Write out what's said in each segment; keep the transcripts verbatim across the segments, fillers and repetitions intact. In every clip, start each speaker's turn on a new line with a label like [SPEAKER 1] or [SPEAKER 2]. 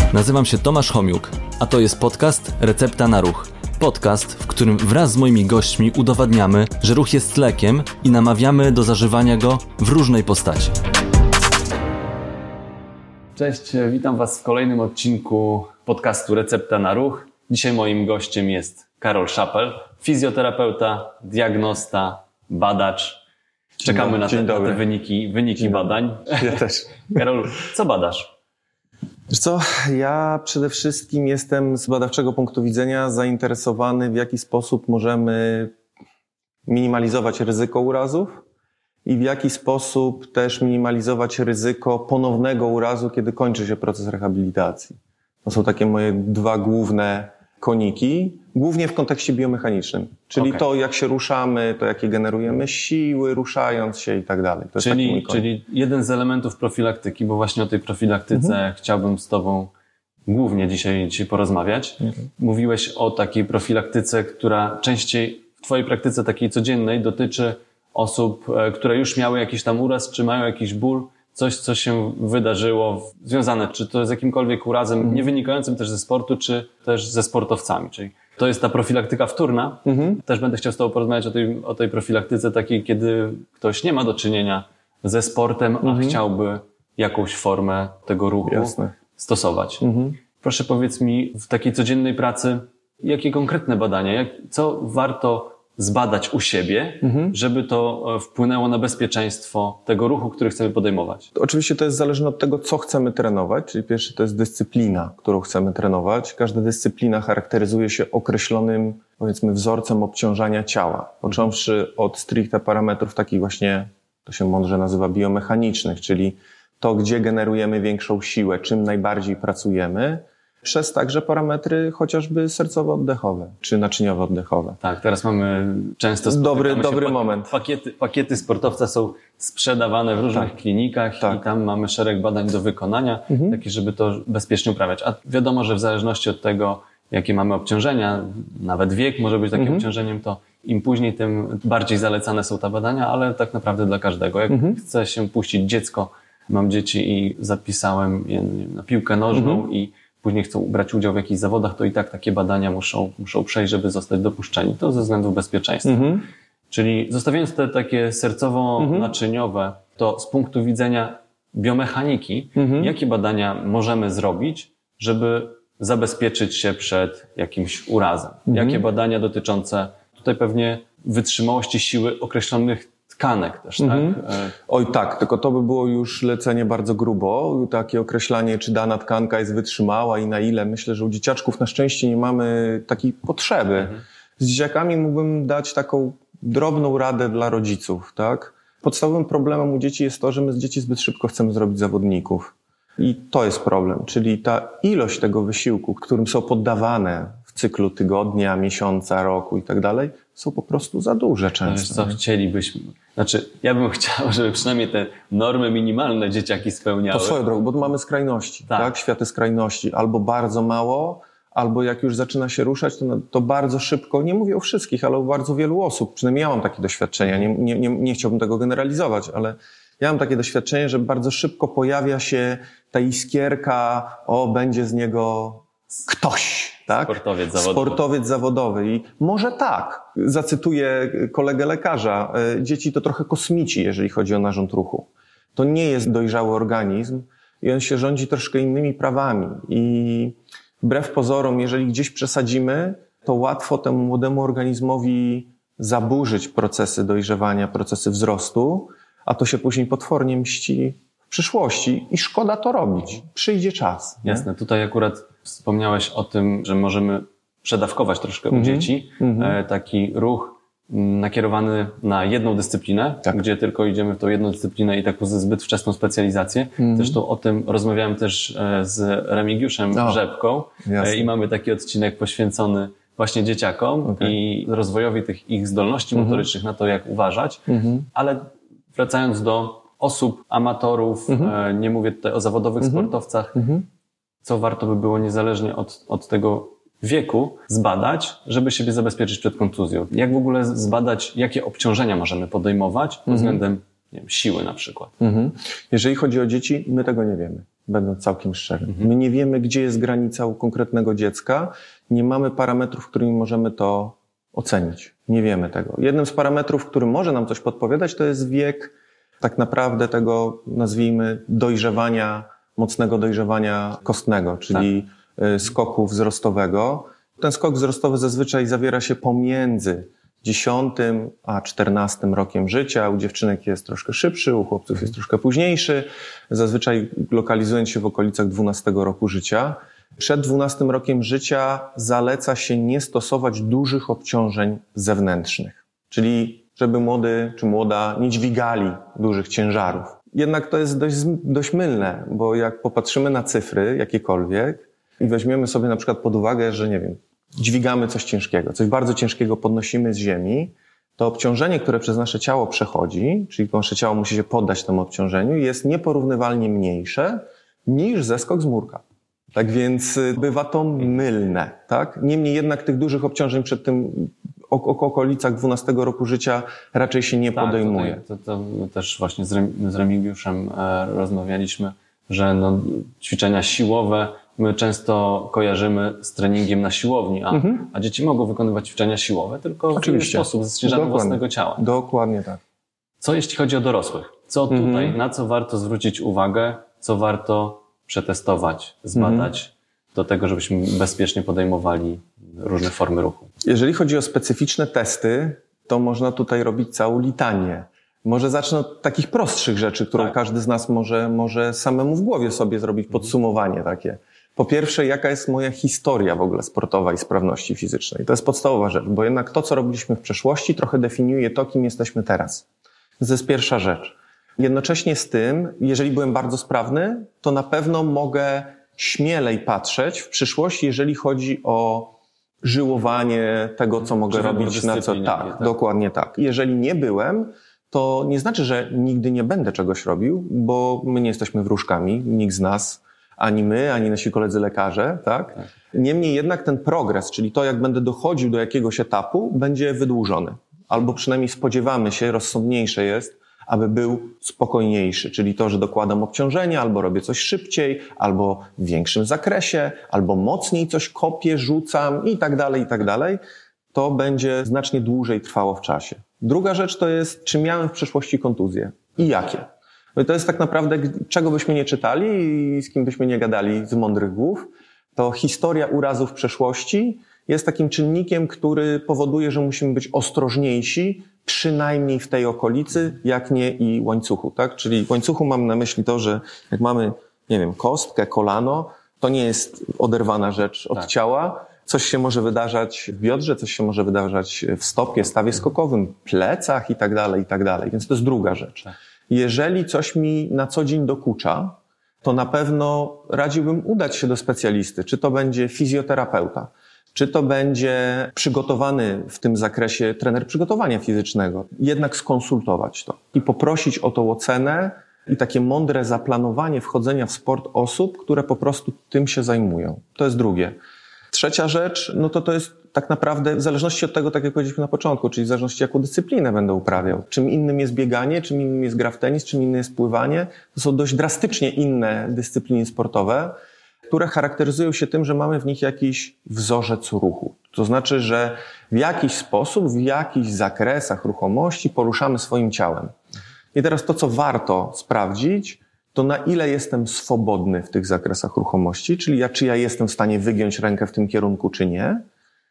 [SPEAKER 1] Nazywam się Tomasz Homiuk, a to jest podcast Recepta na ruch. Podcast, w którym wraz z moimi gośćmi udowadniamy, że ruch jest lekiem i namawiamy do zażywania go w różnej postaci. Cześć, witam Was w kolejnym odcinku podcastu Recepta na ruch. Dzisiaj moim gościem jest Karol Szapel, fizjoterapeuta, diagnosta, badacz. Czekamy na te, na te wyniki, wyniki badań.
[SPEAKER 2] Ja też.
[SPEAKER 1] Karol, co badasz?
[SPEAKER 2] Wiesz co, ja przede wszystkim jestem z badawczego punktu widzenia zainteresowany, w jaki sposób możemy minimalizować ryzyko urazów i w jaki sposób też minimalizować ryzyko ponownego urazu, kiedy kończy się proces rehabilitacji. To są takie moje dwa główne koniki, głównie w kontekście biomechanicznym. Czyli okay. to, jak się ruszamy, to jakie generujemy siły, ruszając się i tak dalej. To
[SPEAKER 1] czyli,
[SPEAKER 2] jest taki mój konik.
[SPEAKER 1] Czyli jeden z elementów profilaktyki, bo właśnie o tej profilaktyce mhm. chciałbym z Tobą głównie dzisiaj, dzisiaj porozmawiać. Mhm. Mówiłeś o takiej profilaktyce, która częściej w Twojej praktyce takiej codziennej dotyczy osób, które już miały jakiś tam uraz, czy mają jakiś ból, coś, co się wydarzyło, związane czy to z jakimkolwiek urazem, mhm. nie wynikającym też ze sportu, czy też ze sportowcami. Czyli to jest ta profilaktyka wtórna. Mhm. Też będę chciał z Tobą porozmawiać o tej, o tej profilaktyce takiej, kiedy ktoś nie ma do czynienia ze sportem, mhm. a chciałby jakąś formę tego ruchu Jasne. stosować. Mhm. Proszę powiedz mi, w takiej codziennej pracy, jakie konkretne badania, jak, co warto zbadać u siebie, mhm. żeby to wpłynęło na bezpieczeństwo tego ruchu, który chcemy podejmować?
[SPEAKER 2] Oczywiście to jest zależne od tego, co chcemy trenować, czyli pierwszy to jest dyscyplina, którą chcemy trenować. Każda dyscyplina charakteryzuje się określonym, powiedzmy, wzorcem obciążania ciała. Począwszy od stricte parametrów takich właśnie, to się mądrze nazywa biomechanicznych, czyli to, gdzie generujemy większą siłę, czym najbardziej pracujemy, przez także parametry chociażby sercowo-oddechowe, czy naczyniowo-oddechowe.
[SPEAKER 1] Tak, teraz mamy często...
[SPEAKER 2] Dobry, dobry
[SPEAKER 1] się,
[SPEAKER 2] moment.
[SPEAKER 1] Pakiety, pakiety sportowca są sprzedawane w różnych
[SPEAKER 2] tak.
[SPEAKER 1] klinikach tak. i tam mamy szereg badań do wykonania, mhm. takich, żeby to bezpiecznie uprawiać. A wiadomo, że w zależności od tego, jakie mamy obciążenia, nawet wiek może być takim mhm. obciążeniem, to im później, tym bardziej zalecane są te badania, ale tak naprawdę dla każdego. Jak mhm. chce się puścić dziecko, mam dzieci i zapisałem je na piłkę nożną mhm. i później chcą brać udział w jakichś zawodach, to i tak takie badania muszą, muszą przejść, żeby zostać dopuszczeni. To ze względów bezpieczeństwa. Mhm. Czyli zostawiając te takie sercowo-naczyniowe, mhm. to z punktu widzenia biomechaniki, mhm. jakie badania możemy zrobić, żeby zabezpieczyć się przed jakimś urazem? Mhm. Jakie badania dotyczące tutaj pewnie wytrzymałości siły określonych tkanek też, mhm. tak?
[SPEAKER 2] Oj tak, tylko to by było już lecenie bardzo grubo. Takie określanie, czy dana tkanka jest wytrzymała i na ile. Myślę, że u dzieciaczków na szczęście nie mamy takiej potrzeby. Mhm. Z dzieciakami mógłbym dać taką drobną radę dla rodziców, tak? Podstawowym problemem u dzieci jest to, że my z dzieci zbyt szybko chcemy zrobić zawodników. I to jest problem, czyli ta ilość tego wysiłku, którym są poddawane w cyklu tygodnia, miesiąca, roku i tak dalej, są po prostu za duże często.
[SPEAKER 1] To wiesz co, chcielibyśmy, znaczy ja bym chciał, żeby przynajmniej te normy minimalne dzieciaki spełniały.
[SPEAKER 2] To swoją drogą, bo tu mamy skrajności, tak? tak? Światy skrajności. Albo bardzo mało, albo jak już zaczyna się ruszać, to, to bardzo szybko, nie mówię o wszystkich, ale u bardzo wielu osób, przynajmniej ja mam takie doświadczenia, nie, nie, nie, nie chciałbym tego generalizować, ale ja mam takie doświadczenie, że bardzo szybko pojawia się ta iskierka, o, będzie z niego ktoś, tak?
[SPEAKER 1] Sportowiec zawodowy.
[SPEAKER 2] Sportowiec zawodowy. I może tak, zacytuję kolegę lekarza, dzieci to trochę kosmici, jeżeli chodzi o narząd ruchu. To nie jest dojrzały organizm i on się rządzi troszkę innymi prawami. I wbrew pozorom, jeżeli gdzieś przesadzimy, to łatwo temu młodemu organizmowi zaburzyć procesy dojrzewania, procesy wzrostu, a to się później potwornie mści w przyszłości i szkoda to robić. Przyjdzie czas. Nie?
[SPEAKER 1] Jasne. Tutaj akurat wspomniałeś o tym, że możemy przedawkować troszkę mm-hmm. u dzieci. Mm-hmm. Taki ruch nakierowany na jedną dyscyplinę, tak. gdzie tylko idziemy w tą jedną dyscyplinę i taką zbyt wczesną specjalizację. Mm-hmm. Zresztą o tym rozmawiałem też z Remigiuszem o, Rzepką jasne. I mamy taki odcinek poświęcony właśnie dzieciakom okay. i rozwojowi tych ich zdolności mm-hmm. motorycznych na to, jak uważać. Mm-hmm. Ale wracając do osób, amatorów, mm-hmm. nie mówię tutaj o zawodowych mm-hmm. sportowcach, mm-hmm. co warto by było niezależnie od, od tego wieku zbadać, żeby siebie zabezpieczyć przed kontuzją. Jak w ogóle zbadać, jakie obciążenia możemy podejmować pod mm-hmm. względem nie wiem, siły na przykład?
[SPEAKER 2] Mm-hmm. Jeżeli chodzi o dzieci, my tego nie wiemy. będąc całkiem szczerym. Mhm. My nie wiemy, gdzie jest granica u konkretnego dziecka. Nie mamy parametrów, którymi możemy to ocenić. Nie wiemy tego. Jednym z parametrów, który może nam coś podpowiadać, to jest wiek tak naprawdę tego, nazwijmy, dojrzewania, mocnego dojrzewania kostnego, czyli tak. skoku wzrostowego. Ten skok wzrostowy zazwyczaj zawiera się pomiędzy dziesiątym a czternastym rokiem życia. U dziewczynek jest troszkę szybszy, u chłopców jest troszkę późniejszy. Zazwyczaj lokalizując się w okolicach dwunastego roku życia. Przed dwunastym rokiem życia zaleca się nie stosować dużych obciążeń zewnętrznych. Czyli żeby młody czy młoda nie dźwigali dużych ciężarów. Jednak to jest dość, dość mylne, bo jak popatrzymy na cyfry jakiekolwiek i weźmiemy sobie na przykład pod uwagę, że nie wiem, dźwigamy coś ciężkiego, coś bardzo ciężkiego podnosimy z ziemi, to obciążenie, które przez nasze ciało przechodzi, czyli nasze ciało musi się poddać temu obciążeniu, jest nieporównywalnie mniejsze niż zeskok z murka. Tak więc bywa to mylne, tak? Niemniej jednak tych dużych obciążeń przed tym o, o okolicach dwunastego roku życia raczej się nie tak, podejmuje.
[SPEAKER 1] Tutaj, to, to też właśnie z, Rem, z Remigiuszem e, rozmawialiśmy, że no, ćwiczenia siłowe my często kojarzymy z treningiem na siłowni, a, mhm. a dzieci mogą wykonywać ćwiczenia siłowe tylko w inny sposób, z ciężarem własnego ciała.
[SPEAKER 2] Dokładnie tak.
[SPEAKER 1] Co jeśli chodzi o dorosłych? Co tutaj, mhm. na co warto zwrócić uwagę, co warto przetestować, zbadać mhm. do tego, żebyśmy bezpiecznie podejmowali różne formy ruchu?
[SPEAKER 2] Jeżeli chodzi o specyficzne testy, to można tutaj robić całą litanię. Może zacznę od takich prostszych rzeczy, którą tak. każdy z nas może, może samemu w głowie sobie zrobić podsumowanie takie. Po pierwsze, jaka jest moja historia w ogóle sportowa i sprawności fizycznej? To jest podstawowa rzecz, bo jednak to, co robiliśmy w przeszłości, trochę definiuje to, kim jesteśmy teraz. To jest pierwsza rzecz. Jednocześnie z tym, jeżeli byłem bardzo sprawny, to na pewno mogę śmielej patrzeć w przyszłość, jeżeli chodzi o żyłowanie tego, co mogę robić, na co... Tak, tak, dokładnie tak. Jeżeli nie byłem, to nie znaczy, że nigdy nie będę czegoś robił, bo my nie jesteśmy wróżkami, nikt z nas, ani my, ani nasi koledzy lekarze, tak? tak? Niemniej jednak ten progres, czyli to, jak będę dochodził do jakiegoś etapu, będzie wydłużony. Albo przynajmniej spodziewamy się, rozsądniejsze jest, aby był spokojniejszy, czyli to, że dokładam obciążenia, albo robię coś szybciej, albo w większym zakresie, albo mocniej coś kopię, rzucam i tak dalej, i tak dalej. To będzie znacznie dłużej trwało w czasie. Druga rzecz to jest, czy miałem w przeszłości kontuzje i jakie. No i to jest tak naprawdę, czego byśmy nie czytali i z kim byśmy nie gadali z mądrych głów, to historia urazów w przeszłości jest takim czynnikiem, który powoduje, że musimy być ostrożniejsi, przynajmniej w tej okolicy, jak nie i łańcuchu, tak? Czyli w łańcuchu mam na myśli to, że jak mamy, nie wiem, kostkę, kolano, to nie jest oderwana rzecz od tak. ciała. Coś się może wydarzać w biodrze, coś się może wydarzać w stopie, stawie skokowym, plecach i tak dalej, i tak dalej. Więc to jest druga rzecz. Tak. Jeżeli coś mi na co dzień dokucza, to na pewno radziłbym udać się do specjalisty. Czy to będzie fizjoterapeuta, czy to będzie przygotowany w tym zakresie trener przygotowania fizycznego. Jednak skonsultować to i poprosić o tą ocenę i takie mądre zaplanowanie wchodzenia w sport osób, które po prostu tym się zajmują. To jest drugie. Trzecia rzecz, no to to jest tak naprawdę w zależności od tego, tak jak powiedzieliśmy na początku, czyli w zależności jaką dyscyplinę będę uprawiał. Czym innym jest bieganie, czym innym jest gra w tenis, czym innym jest pływanie. To są dość drastycznie inne dyscypliny sportowe, które charakteryzują się tym, że mamy w nich jakiś wzorzec ruchu. To znaczy, że w jakiś sposób, w jakichś zakresach ruchomości poruszamy swoim ciałem. I teraz to, co warto sprawdzić, to na ile jestem swobodny w tych zakresach ruchomości, czyli ja, czy ja jestem w stanie wygiąć rękę w tym kierunku, czy nie.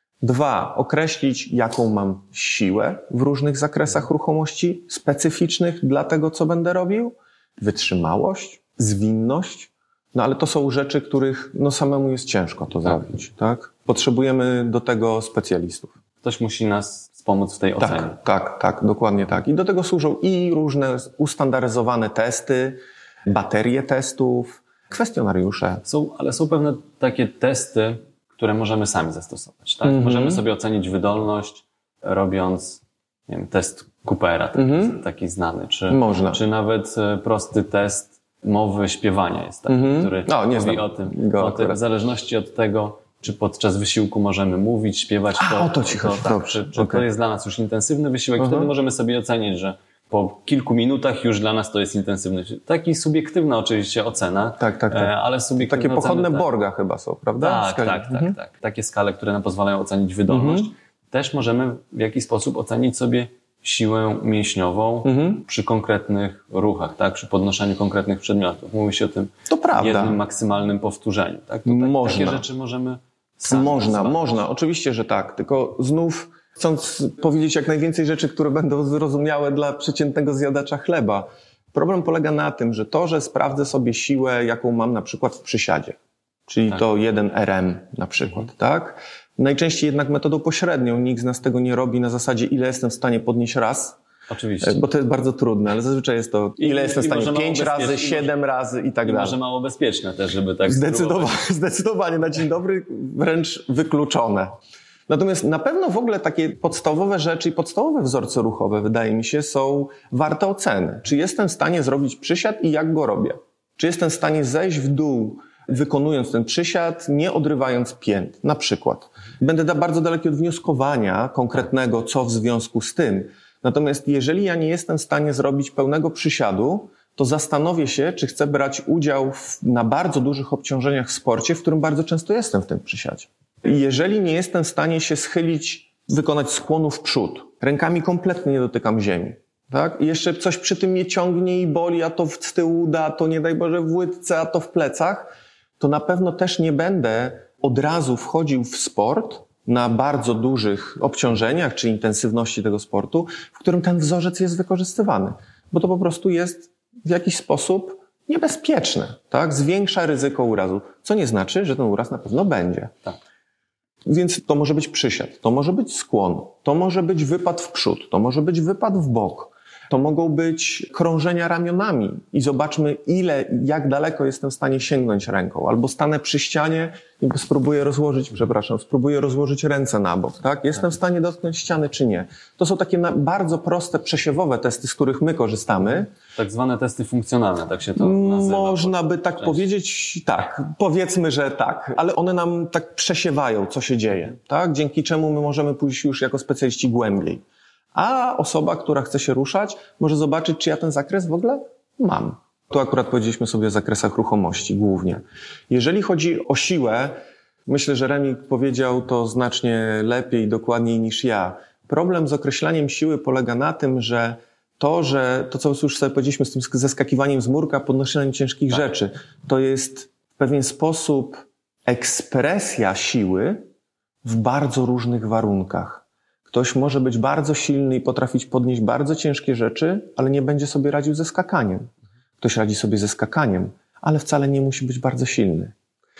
[SPEAKER 2] Dwa, określić, jaką mam siłę w różnych zakresach ruchomości specyficznych dla tego, co będę robił. Wytrzymałość, zwinność. No ale to są rzeczy, których no samemu jest ciężko to zrobić, tak? Potrzebujemy do tego specjalistów.
[SPEAKER 1] Ktoś musi nas wspomóc w tej ocenie.
[SPEAKER 2] Tak, tak, tak, dokładnie tak. I do tego służą i różne ustandaryzowane testy, baterie testów, kwestionariusze.
[SPEAKER 1] Są, ale są pewne takie testy, które możemy sami zastosować, tak? Mm-hmm. Możemy sobie ocenić wydolność, robiąc, nie wiem, test Coopera, taki, mm-hmm. taki znany, czy,
[SPEAKER 2] Można.
[SPEAKER 1] czy nawet prosty test mowy, śpiewania jest taki, mm-hmm. który no, nie mówi o tym, o tym, w zależności od tego, czy podczas wysiłku możemy mówić, śpiewać,
[SPEAKER 2] A,
[SPEAKER 1] to,
[SPEAKER 2] o to ci chodzi.
[SPEAKER 1] to, tak, czy, czy okay. to jest dla nas już intensywny wysiłek, mm-hmm. wtedy możemy sobie ocenić, że po kilku minutach już dla nas to jest intensywność. Taki subiektywna oczywiście ocena,
[SPEAKER 2] tak, tak, tak.
[SPEAKER 1] ale subiektywne
[SPEAKER 2] takie pochodne
[SPEAKER 1] oceny,
[SPEAKER 2] Borga chyba są, prawda?
[SPEAKER 1] Tak, tak, tak, mhm. tak, tak. Takie skale, które nam pozwalają ocenić wydolność. Mhm. Też możemy w jakiś sposób ocenić sobie siłę mięśniową mhm. przy konkretnych ruchach, tak? Przy podnoszeniu konkretnych przedmiotów. Mówi się o tym
[SPEAKER 2] to
[SPEAKER 1] jednym maksymalnym powtórzeniu. Tak? To
[SPEAKER 2] można.
[SPEAKER 1] Takie rzeczy możemy sami
[SPEAKER 2] Można,
[SPEAKER 1] nazwać.
[SPEAKER 2] można. Oczywiście, że tak. Tylko znów chcąc powiedzieć jak najwięcej rzeczy, które będą zrozumiałe dla przeciętnego zjadacza chleba. Problem polega na tym, że to, że sprawdzę sobie siłę, jaką mam na przykład w przysiadzie, czyli tak. to jeden R M na przykład, mhm. tak? Najczęściej jednak metodą pośrednią. Nikt z nas tego nie robi na zasadzie, ile jestem w stanie podnieść raz.
[SPEAKER 1] Oczywiście.
[SPEAKER 2] Bo to jest bardzo trudne, ale zazwyczaj jest to, ile I, jestem w stanie pięć razy, siedem razy i tak
[SPEAKER 1] i
[SPEAKER 2] dalej.
[SPEAKER 1] może mało bezpieczne też, żeby tak
[SPEAKER 2] Zdecydowanie, zdecydowanie na dzień dobry wręcz wykluczone. Natomiast na pewno w ogóle takie podstawowe rzeczy i podstawowe wzorce ruchowe, wydaje mi się, są warte oceny. Czy jestem w stanie zrobić przysiad i jak go robię? Czy jestem w stanie zejść w dół, wykonując ten przysiad, nie odrywając pięt, na przykład. Będę bardzo daleki od wnioskowania konkretnego, co w związku z tym. Natomiast jeżeli ja nie jestem w stanie zrobić pełnego przysiadu, to zastanowię się, czy chcę brać udział w, na bardzo dużych obciążeniach w sporcie, w którym bardzo często jestem w tym przysiadzie. I jeżeli nie jestem w stanie się schylić, wykonać skłonu w przód, rękami kompletnie nie dotykam ziemi, tak? I jeszcze coś przy tym mnie ciągnie i boli, a to z tyłu uda, a to nie daj Boże w łydce, a to w plecach, to na pewno też nie będę od razu wchodził w sport na bardzo dużych obciążeniach czy intensywności tego sportu, w którym ten wzorzec jest wykorzystywany. Bo to po prostu jest w jakiś sposób niebezpieczne, tak? Zwiększa ryzyko urazu, co nie znaczy, że ten uraz na pewno będzie.
[SPEAKER 1] Tak.
[SPEAKER 2] Więc to może być przysiad, to może być skłon, to może być wypad w przód, to może być wypad w bok. To mogą być krążenia ramionami i zobaczmy, ile, jak daleko jestem w stanie sięgnąć ręką. Albo stanę przy ścianie i spróbuję rozłożyć, przepraszam, spróbuję rozłożyć ręce na bok, tak? Jestem w stanie dotknąć ściany czy nie. To są takie bardzo proste, przesiewowe testy, z których my korzystamy.
[SPEAKER 1] Tak zwane testy funkcjonalne, tak się to nazywa.
[SPEAKER 2] Można by tak powiedzieć, tak, powiedzmy, że tak, ale one nam tak przesiewają, co się dzieje, tak? Dzięki czemu my możemy pójść już jako specjaliści głębiej. A osoba, która chce się ruszać, może zobaczyć, czy ja ten zakres w ogóle mam. Tu akurat powiedzieliśmy sobie o zakresach ruchomości głównie. Jeżeli chodzi o siłę, myślę, że Remik powiedział to znacznie lepiej, dokładniej niż ja. Problem z określaniem siły polega na tym, że to, że to, co już sobie powiedzieliśmy z tym zeskakiwaniem z murka, podnoszeniem ciężkich tak. rzeczy, to jest w pewien sposób ekspresja siły w bardzo różnych warunkach. Ktoś może być bardzo silny i potrafić podnieść bardzo ciężkie rzeczy, ale nie będzie sobie radził ze skakaniem. Ktoś radzi sobie ze skakaniem, ale wcale nie musi być bardzo silny.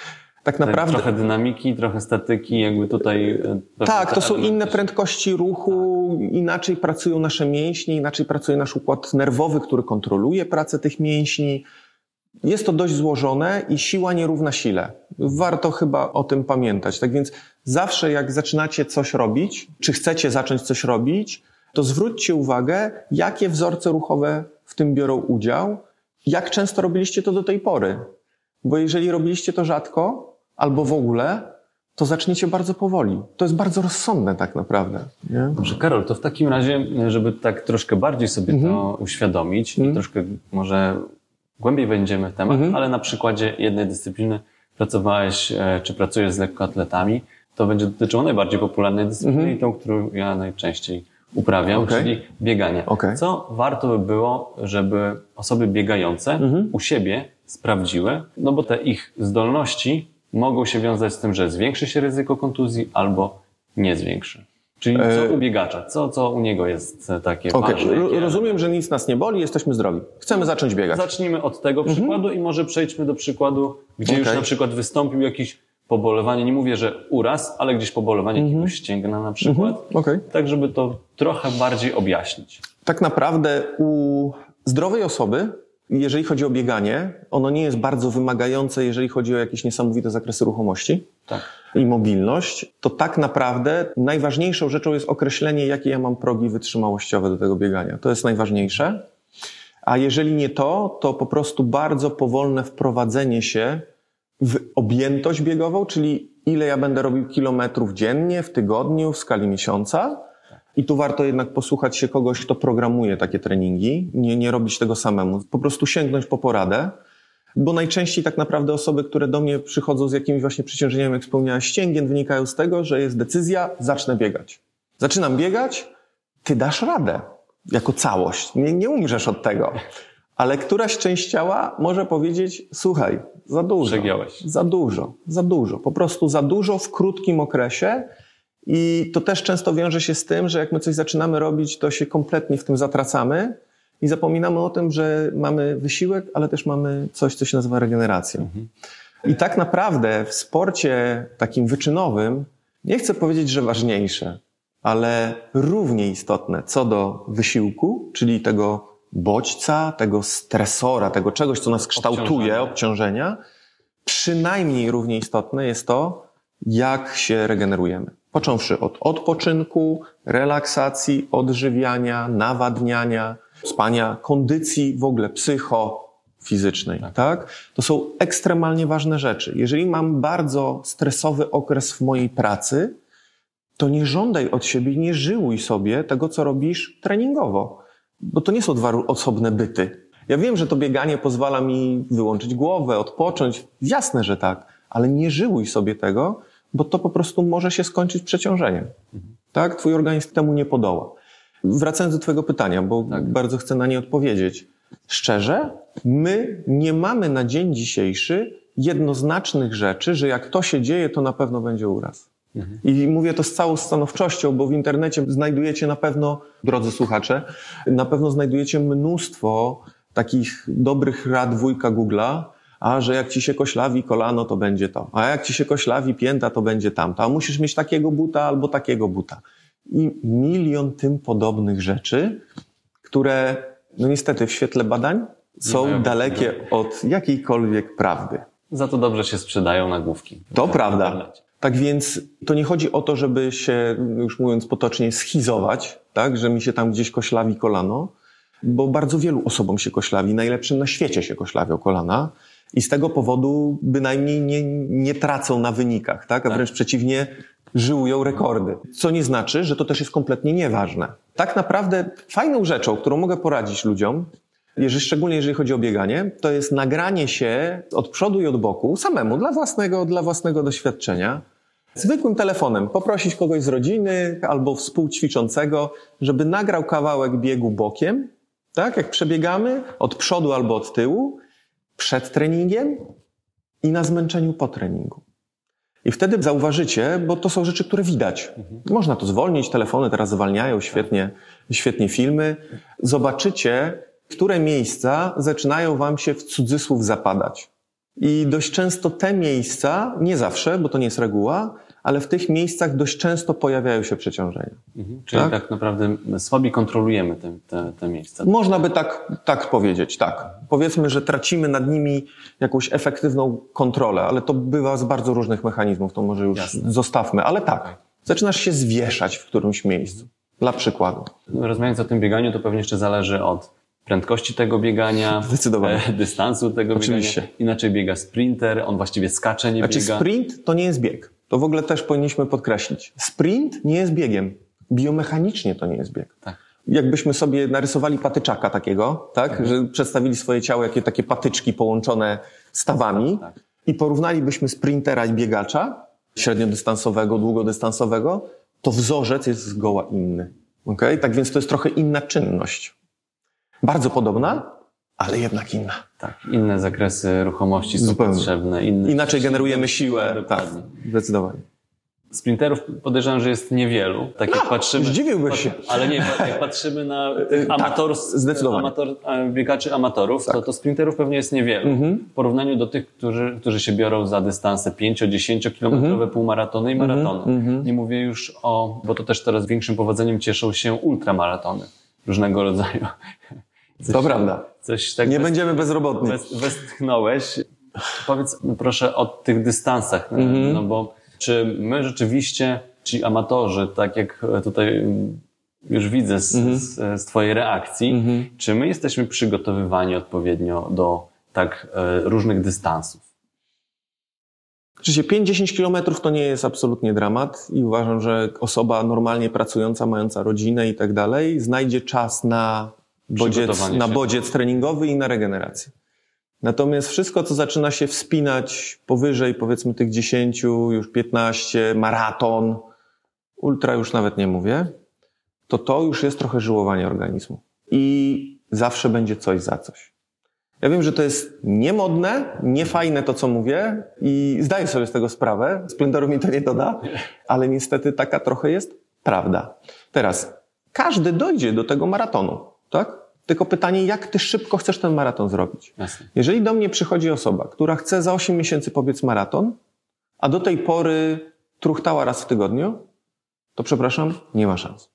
[SPEAKER 2] Tak naprawdę...
[SPEAKER 1] Trochę dynamiki, trochę statyki, jakby tutaj...
[SPEAKER 2] Tak, to są inne prędkości ruchu, tak. Inaczej pracują nasze mięśnie, inaczej pracuje nasz układ nerwowy, który kontroluje pracę tych mięśni. Jest to dość złożone i siła nie równa sile. Warto chyba o tym pamiętać. Tak więc zawsze jak zaczynacie coś robić, czy chcecie zacząć coś robić, to zwróćcie uwagę, jakie wzorce ruchowe w tym biorą udział, jak często robiliście to do tej pory. Bo jeżeli robiliście to rzadko albo w ogóle, to zaczniecie bardzo powoli. To jest bardzo rozsądne tak naprawdę. Nie?
[SPEAKER 1] Dobrze, Karol, to w takim razie, żeby tak troszkę bardziej sobie mhm. to uświadomić mhm. i troszkę może głębiej wejdziemy w temat, mhm. ale na przykładzie jednej dyscypliny pracowałeś, czy pracujesz z lekkoatletami, to będzie dotyczyło najbardziej popularnej dyscypliny mhm. i tą, którą ja najczęściej uprawiam, okay. czyli bieganie. Okay. Co warto by było, żeby osoby biegające mhm. u siebie sprawdziły, no bo te ich zdolności mogą się wiązać z tym, że zwiększy się ryzyko kontuzji albo nie zwiększy. Czyli co u biegacza? Co, co u niego jest takie
[SPEAKER 2] okay.
[SPEAKER 1] ważne?
[SPEAKER 2] Rozumiem, że nic nas nie boli, jesteśmy zdrowi. Chcemy zacząć biegać.
[SPEAKER 1] Zacznijmy od tego mhm. przykładu i może przejdźmy do przykładu, gdzie okay. już na przykład wystąpił jakiś pobolowanie, nie mówię, że uraz, ale gdzieś pobolowanie mhm. jakiegoś ścięgna na przykład. Mhm. Okay. Tak, żeby to trochę bardziej objaśnić. Tak naprawdę u zdrowej osoby, jeżeli chodzi o bieganie, ono nie jest bardzo wymagające, jeżeli chodzi o jakieś niesamowite zakresy ruchomości tak. i mobilność, to tak naprawdę najważniejszą rzeczą jest określenie, jakie ja mam progi wytrzymałościowe do tego biegania. To jest najważniejsze. A jeżeli nie to, to po prostu bardzo powolne wprowadzenie się w objętość biegową, czyli ile ja będę robił kilometrów dziennie, w tygodniu, w skali miesiąca.
[SPEAKER 2] I tu warto jednak posłuchać się kogoś, kto programuje takie treningi, nie, nie robić tego samemu. Po prostu sięgnąć po poradę, bo najczęściej tak naprawdę osoby, które do mnie przychodzą z jakimiś właśnie przeciążeniami, jak wspomniałeś, ścięgien, wynikają z tego, że jest decyzja, zacznę biegać. Zaczynam biegać, ty dasz radę jako całość, nie, nie umrzesz od tego. Ale któraś część ciała może powiedzieć, słuchaj, za dużo,
[SPEAKER 1] Przegiąłeś.
[SPEAKER 2] za dużo, za dużo, po prostu za dużo w krótkim okresie i to też często wiąże się z tym, że jak my coś zaczynamy robić, to się kompletnie w tym zatracamy i zapominamy o tym, że mamy wysiłek, ale też mamy coś, co się nazywa regeneracją. Mhm. I tak naprawdę w sporcie takim wyczynowym, nie chcę powiedzieć, że ważniejsze, ale równie istotne co do wysiłku, czyli tego bodźca, tego stresora, tego czegoś, co nas kształtuje, obciążenia, obciążenia przynajmniej równie istotne jest to, jak się regenerujemy. Począwszy od odpoczynku, relaksacji, odżywiania, nawadniania, spania, kondycji w ogóle psychofizycznej. Tak. tak? To są ekstremalnie ważne rzeczy. Jeżeli mam bardzo stresowy okres w mojej pracy, to nie żądaj od siebie, nie żyłuj sobie tego, co robisz treningowo. Bo to nie są dwa osobne byty. Ja wiem, że to bieganie pozwala mi wyłączyć głowę, odpocząć. Jasne, że tak. Ale nie żyłuj sobie tego, bo to po prostu może się skończyć przeciążeniem. Mhm. Tak? Twój organizm temu nie podoła. Wracając do twojego pytania, bo tak. bardzo chcę na nie odpowiedzieć. Szczerze, my nie mamy na dzień dzisiejszy jednoznacznych rzeczy, że jak to się dzieje, to na pewno będzie uraz. Mhm. I mówię to z całą stanowczością, bo w internecie znajdujecie na pewno, drodzy słuchacze, na pewno znajdujecie mnóstwo takich dobrych rad wujka Google'a, a że jak ci się koślawi kolano, to będzie to. A jak ci się koślawi pięta, to będzie tamto. A musisz mieć takiego buta albo takiego buta. I milion tym podobnych rzeczy, które, no niestety w świetle badań są dalekie od jakiejkolwiek prawdy.
[SPEAKER 1] Za to dobrze się sprzedają nagłówki.
[SPEAKER 2] To prawda. Tak więc to nie chodzi o to, żeby się, już mówiąc potocznie, schizować, tak, że mi się tam gdzieś koślawi kolano, bo bardzo wielu osobom się koślawi, najlepszym na świecie się koślawią kolana i z tego powodu bynajmniej nie, nie tracą na wynikach, tak, a wręcz przeciwnie, żyłują rekordy. Co nie znaczy, że to też jest kompletnie nieważne. Tak naprawdę fajną rzeczą, którą mogę poradzić ludziom, jeżeli, szczególnie jeżeli chodzi o bieganie, to jest nagranie się od przodu i od boku, samemu, dla własnego, dla własnego doświadczenia, zwykłym telefonem, poprosić kogoś z rodziny albo współćwiczącego, żeby nagrał kawałek biegu bokiem, tak, jak przebiegamy, od przodu albo od tyłu, przed treningiem i na zmęczeniu po treningu. I wtedy zauważycie, bo to są rzeczy, które widać. Mhm. Można to zwolnić, telefony teraz zwalniają, świetnie, świetnie filmy. Zobaczycie, które miejsca zaczynają wam się w cudzysłów zapadać. I dość często te miejsca, nie zawsze, bo to nie jest reguła, ale w tych miejscach dość często pojawiają się przeciążenia.
[SPEAKER 1] Mhm. Czyli tak? tak naprawdę słabiej kontrolujemy te, te, te miejsca.
[SPEAKER 2] Można by tak, tak powiedzieć, tak. Powiedzmy, że tracimy nad nimi jakąś efektywną kontrolę, ale to bywa z bardzo różnych mechanizmów, to może już Jasne. zostawmy. Ale tak, zaczynasz się zwieszać w którymś miejscu. Dla przykładu.
[SPEAKER 1] Rozmawiając o tym bieganiu, to pewnie jeszcze zależy od prędkości tego biegania,
[SPEAKER 2] Zdecydowanie.
[SPEAKER 1] dystansu tego
[SPEAKER 2] Oczywiście.
[SPEAKER 1] biegania. Inaczej biega sprinter, on właściwie skacze, nie
[SPEAKER 2] znaczy,
[SPEAKER 1] biega.
[SPEAKER 2] Sprint to nie jest bieg. To w ogóle też powinniśmy podkreślić. Sprint nie jest biegiem. Biomechanicznie to nie jest bieg. Tak. Jakbyśmy sobie narysowali patyczaka takiego, tak, mhm. że przedstawili swoje ciało, jakie takie patyczki połączone stawami tak. i porównalibyśmy sprintera i biegacza, średniodystansowego, długodystansowego, to wzorzec jest zgoła inny. Okay? Tak więc to jest trochę inna czynność. Bardzo podobna, ale jednak inna.
[SPEAKER 1] Tak, inne zakresy ruchomości są Zupełnie. potrzebne. Inne
[SPEAKER 2] Inaczej generujemy siłę.
[SPEAKER 1] Dokładnie.
[SPEAKER 2] Tak, zdecydowanie.
[SPEAKER 1] Sprinterów podejrzewam, że jest niewielu. Tak jak
[SPEAKER 2] no, patrzymy,
[SPEAKER 1] zdziwiłbyś
[SPEAKER 2] się.
[SPEAKER 1] Ale nie, jak patrzymy na tych amator, tak,
[SPEAKER 2] zdecydowanie.
[SPEAKER 1] amator, biegaczy amatorów, tak. to, to sprinterów pewnie jest niewielu. Mhm. W porównaniu do tych, którzy, którzy się biorą za dystanse pięcio-dziesięciokilometrowe, mhm. półmaratony i maratony. Mhm. Nie mówię już o, bo to też teraz większym powodzeniem cieszą się ultramaratony różnego rodzaju.
[SPEAKER 2] Coś, to prawda.
[SPEAKER 1] Coś tak
[SPEAKER 2] nie
[SPEAKER 1] west,
[SPEAKER 2] będziemy bezrobotni.
[SPEAKER 1] West, westchnąłeś. Powiedz proszę o tych dystansach, mm-hmm. no bo czy my rzeczywiście, ci amatorzy, tak jak tutaj już widzę z, mm-hmm. z, z twojej reakcji, mm-hmm. czy my jesteśmy przygotowywani odpowiednio do tak e, różnych dystansów?
[SPEAKER 2] Oczywiście pięć do dziesięciu kilometrów to nie jest absolutnie dramat i uważam, że osoba normalnie pracująca, mająca rodzinę i tak dalej, znajdzie czas na bodziec, na bodziec treningowy i na regenerację. Natomiast wszystko, co zaczyna się wspinać powyżej, powiedzmy, tych dziesięciu, już piętnaście, maraton, ultra już nawet nie mówię, to to już jest trochę żyłowanie organizmu. I zawsze będzie coś za coś. Ja wiem, że to jest niemodne, niefajne to, co mówię i zdaję sobie z tego sprawę, Splendoru mi to nie doda, ale niestety taka trochę jest prawda. Teraz, każdy dojdzie do tego maratonu, tak? Tylko pytanie, jak ty szybko chcesz ten maraton zrobić? Jasne. Jeżeli do mnie przychodzi osoba, która chce za osiem miesięcy pobiec maraton, a do tej pory truchtała raz w tygodniu, to przepraszam, nie ma szans.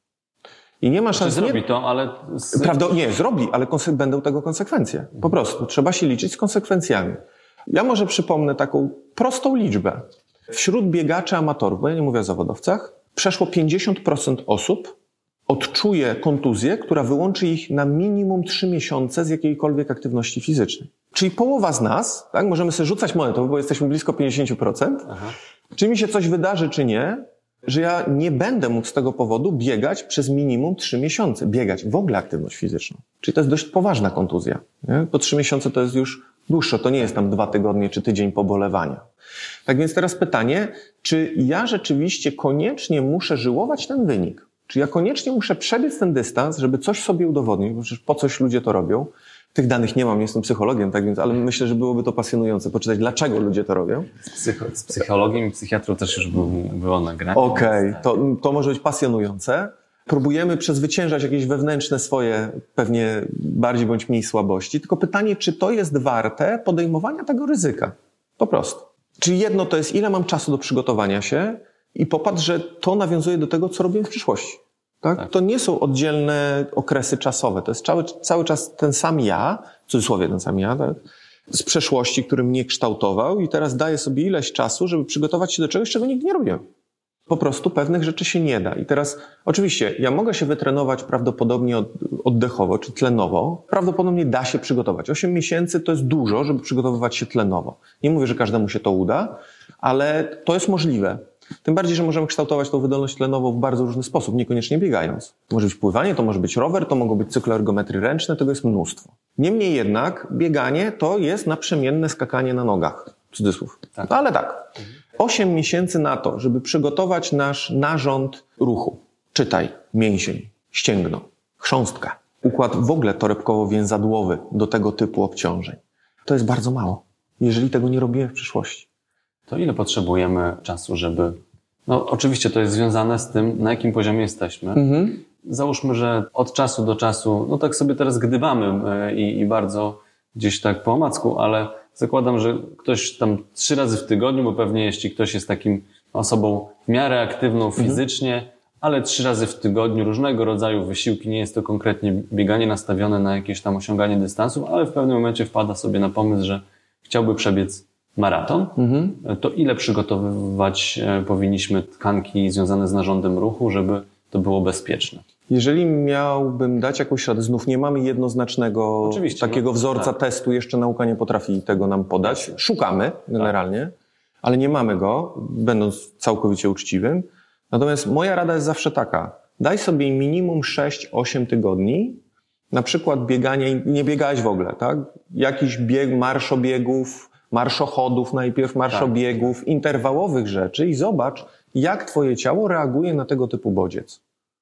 [SPEAKER 2] I nie ma szans.
[SPEAKER 1] Znaczy, zrobi to, ale...
[SPEAKER 2] Prawda, nie, zrobi, ale konse- będą tego konsekwencje. Po prostu. Trzeba się liczyć z konsekwencjami. Ja może przypomnę taką prostą liczbę. Wśród biegaczy amatorów, bo ja nie mówię o zawodowcach, przeszło pięćdziesiąt procent osób odczuje kontuzję, która wyłączy ich na minimum trzy miesiące z jakiejkolwiek aktywności fizycznej. Czyli połowa z nas, tak, możemy sobie rzucać monetą, bo jesteśmy blisko pięćdziesiąt procent, Aha. czy mi się coś wydarzy, czy nie, że ja nie będę mógł z tego powodu biegać przez minimum trzy miesiące. Biegać, w ogóle aktywność fizyczną. Czyli to jest dość poważna kontuzja. Nie? Po trzy miesiące to jest już dłuższe, to nie jest tam dwa tygodnie czy tydzień pobolewania. Tak więc teraz pytanie, czy ja rzeczywiście koniecznie muszę żyłować ten wynik? Czy ja koniecznie muszę przebiec ten dystans, żeby coś sobie udowodnić, bo przecież po coś ludzie to robią. Tych danych nie mam, nie jestem psychologiem, tak więc, ale myślę, że byłoby to pasjonujące poczytać, dlaczego ludzie to robią.
[SPEAKER 1] Z, psycho, z psychologiem i psychiatrą też już było, było nagranie.
[SPEAKER 2] Okej, okay, to, to może być pasjonujące. Próbujemy przezwyciężać jakieś wewnętrzne swoje, pewnie bardziej bądź mniej słabości. Tylko pytanie, czy to jest warte podejmowania tego ryzyka? Po prostu. Czyli jedno to jest, ile mam czasu do przygotowania się i popatrz, że to nawiązuje do tego, co robię w przyszłości. Tak? Tak. To nie są oddzielne okresy czasowe. To jest cały, cały czas ten sam ja, w cudzysłowie ten sam ja, tak? Z przeszłości, który mnie kształtował i teraz daję sobie ileś czasu, żeby przygotować się do czegoś, czego nigdy nie robiłem. Po prostu pewnych rzeczy się nie da. I teraz oczywiście ja mogę się wytrenować prawdopodobnie oddechowo czy tlenowo. Prawdopodobnie da się przygotować. Osiem miesięcy to jest dużo, żeby przygotowywać się tlenowo. Nie mówię, że każdemu się to uda, ale to jest możliwe. Tym bardziej, że możemy kształtować tą wydolność tlenową w bardzo różny sposób, niekoniecznie biegając. To może być pływanie, to może być rower, to mogą być cykle ergometrii ręczne, tego jest mnóstwo. Niemniej jednak bieganie to jest naprzemienne skakanie na nogach. Cudzysłów. Tak. No ale tak. Osiem miesięcy na to, żeby przygotować nasz narząd ruchu. Czytaj, mięsień, ścięgno, chrząstka, układ w ogóle torebkowo-więzadłowy do tego typu obciążeń. To jest bardzo mało, jeżeli tego nie robiłem w przyszłości.
[SPEAKER 1] To ile potrzebujemy czasu, żeby... No oczywiście to jest związane z tym, na jakim poziomie jesteśmy. Mhm. Załóżmy, że od czasu do czasu, no tak sobie teraz gdybamy i, i bardzo gdzieś tak po omacku, ale zakładam, że ktoś tam trzy razy w tygodniu, bo pewnie jeśli ktoś jest takim osobą w miarę aktywną fizycznie, mhm. ale trzy razy w tygodniu różnego rodzaju wysiłki, nie jest to konkretnie bieganie nastawione na jakieś tam osiąganie dystansów, ale w pewnym momencie wpada sobie na pomysł, że chciałby przebiec maraton, mhm. to ile przygotowywać powinniśmy tkanki związane z narządem ruchu, żeby to było bezpieczne?
[SPEAKER 2] Jeżeli miałbym dać jakąś radę, znów nie mamy jednoznacznego Oczywiście, takiego no, wzorca tak. testu, jeszcze nauka nie potrafi tego nam podać. Szukamy generalnie, tak. ale nie mamy go, będąc całkowicie uczciwym. Natomiast moja rada jest zawsze taka, daj sobie minimum sześć osiem tygodni, na przykład bieganie, nie biegałeś w ogóle, tak? Jakiś bieg, marszobiegów, marszochodów najpierw, marszobiegów, tak. interwałowych rzeczy i zobacz, jak twoje ciało reaguje na tego typu bodziec.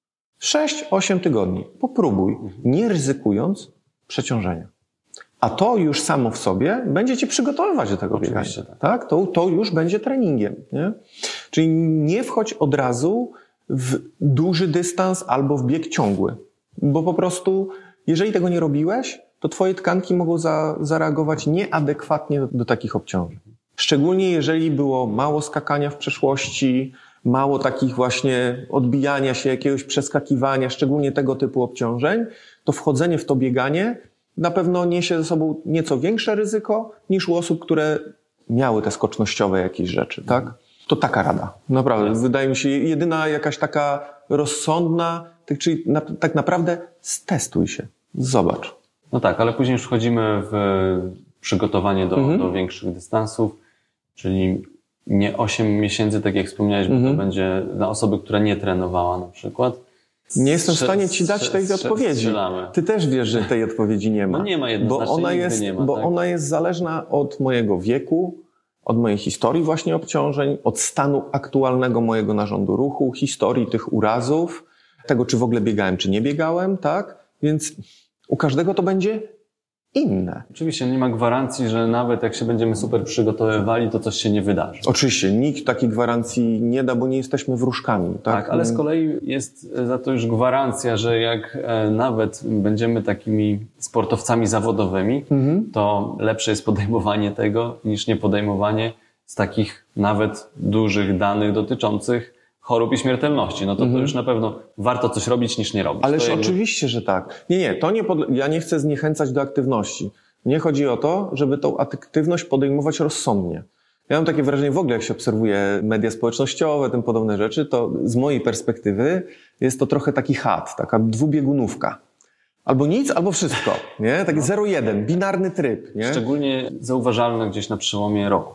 [SPEAKER 2] sześć osiem tygodni. Popróbuj, nie ryzykując przeciążenia. A to już samo w sobie będzie cię przygotowywać do tego biegania. Tak. tak? To, to już będzie treningiem. Nie? Czyli nie wchodź od razu w duży dystans albo w bieg ciągły. Bo po prostu, jeżeli tego nie robiłeś, to twoje tkanki mogą za, zareagować nieadekwatnie do, do takich obciążeń. Szczególnie jeżeli było mało skakania w przeszłości, mało takich właśnie odbijania się, jakiegoś przeskakiwania, szczególnie tego typu obciążeń, to wchodzenie w to bieganie na pewno niesie ze sobą nieco większe ryzyko niż u osób, które miały te skocznościowe jakieś rzeczy, tak? To taka rada. Naprawdę. Jest. Wydaje mi się jedyna jakaś taka rozsądna, tak, czyli na, tak naprawdę stestuj się. Zobacz.
[SPEAKER 1] No tak, ale później już wchodzimy w przygotowanie do, mhm. do większych dystansów, czyli nie osiem miesięcy, tak jak wspomniałeś, bo mhm. to będzie dla osoby, która nie trenowała na przykład.
[SPEAKER 2] Nie jestem w stanie ci dać tej strze- odpowiedzi. Strzelamy. Ty też wiesz, że tej odpowiedzi nie ma.
[SPEAKER 1] No nie ma jednoznacznie,
[SPEAKER 2] bo ona jest,
[SPEAKER 1] nie ma,
[SPEAKER 2] bo
[SPEAKER 1] tak?
[SPEAKER 2] ona jest zależna od mojego wieku, od mojej historii właśnie obciążeń, od stanu aktualnego mojego narządu ruchu, historii tych urazów, tego, czy w ogóle biegałem, czy nie biegałem, tak? Więc u każdego to będzie inne.
[SPEAKER 1] Oczywiście nie ma gwarancji, że nawet jak się będziemy super przygotowywali, to coś się nie wydarzy.
[SPEAKER 2] Oczywiście, nikt takiej gwarancji nie da, bo nie jesteśmy wróżkami. Tak,
[SPEAKER 1] tak, ale z kolei jest za to już gwarancja, że jak nawet będziemy takimi sportowcami zawodowymi, mhm. to lepsze jest podejmowanie tego niż nie podejmowanie z takich nawet dużych danych dotyczących chorób i śmiertelności. No to, mhm. to już na pewno warto coś robić niż nie robić.
[SPEAKER 2] Ależ
[SPEAKER 1] jakby...
[SPEAKER 2] oczywiście, że tak. Nie, nie, to nie pod... ja nie chcę zniechęcać do aktywności. Mnie chodzi o to, żeby tą aktywność podejmować rozsądnie. Ja mam takie wrażenie w ogóle, jak się obserwuje media społecznościowe, tym podobne rzeczy, to z mojej perspektywy jest to trochę taki chat, taka dwubiegunówka. Albo nic, albo wszystko, nie? Taki zero jeden, binarny tryb, nie?
[SPEAKER 1] Szczególnie zauważalne gdzieś na przełomie roku.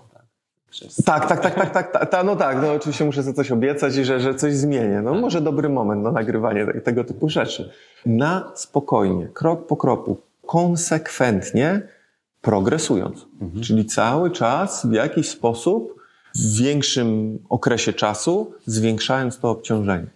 [SPEAKER 2] Tak, tak, tak, tak, tak, tak, ta, no tak, no oczywiście muszę sobie coś obiecać i że, że coś zmienię. No może dobry moment na nagrywanie te, tego typu rzeczy. Na spokojnie, krok po kroku, konsekwentnie progresując. Mhm. Czyli cały czas w jakiś sposób, w większym okresie czasu, zwiększając to obciążenie.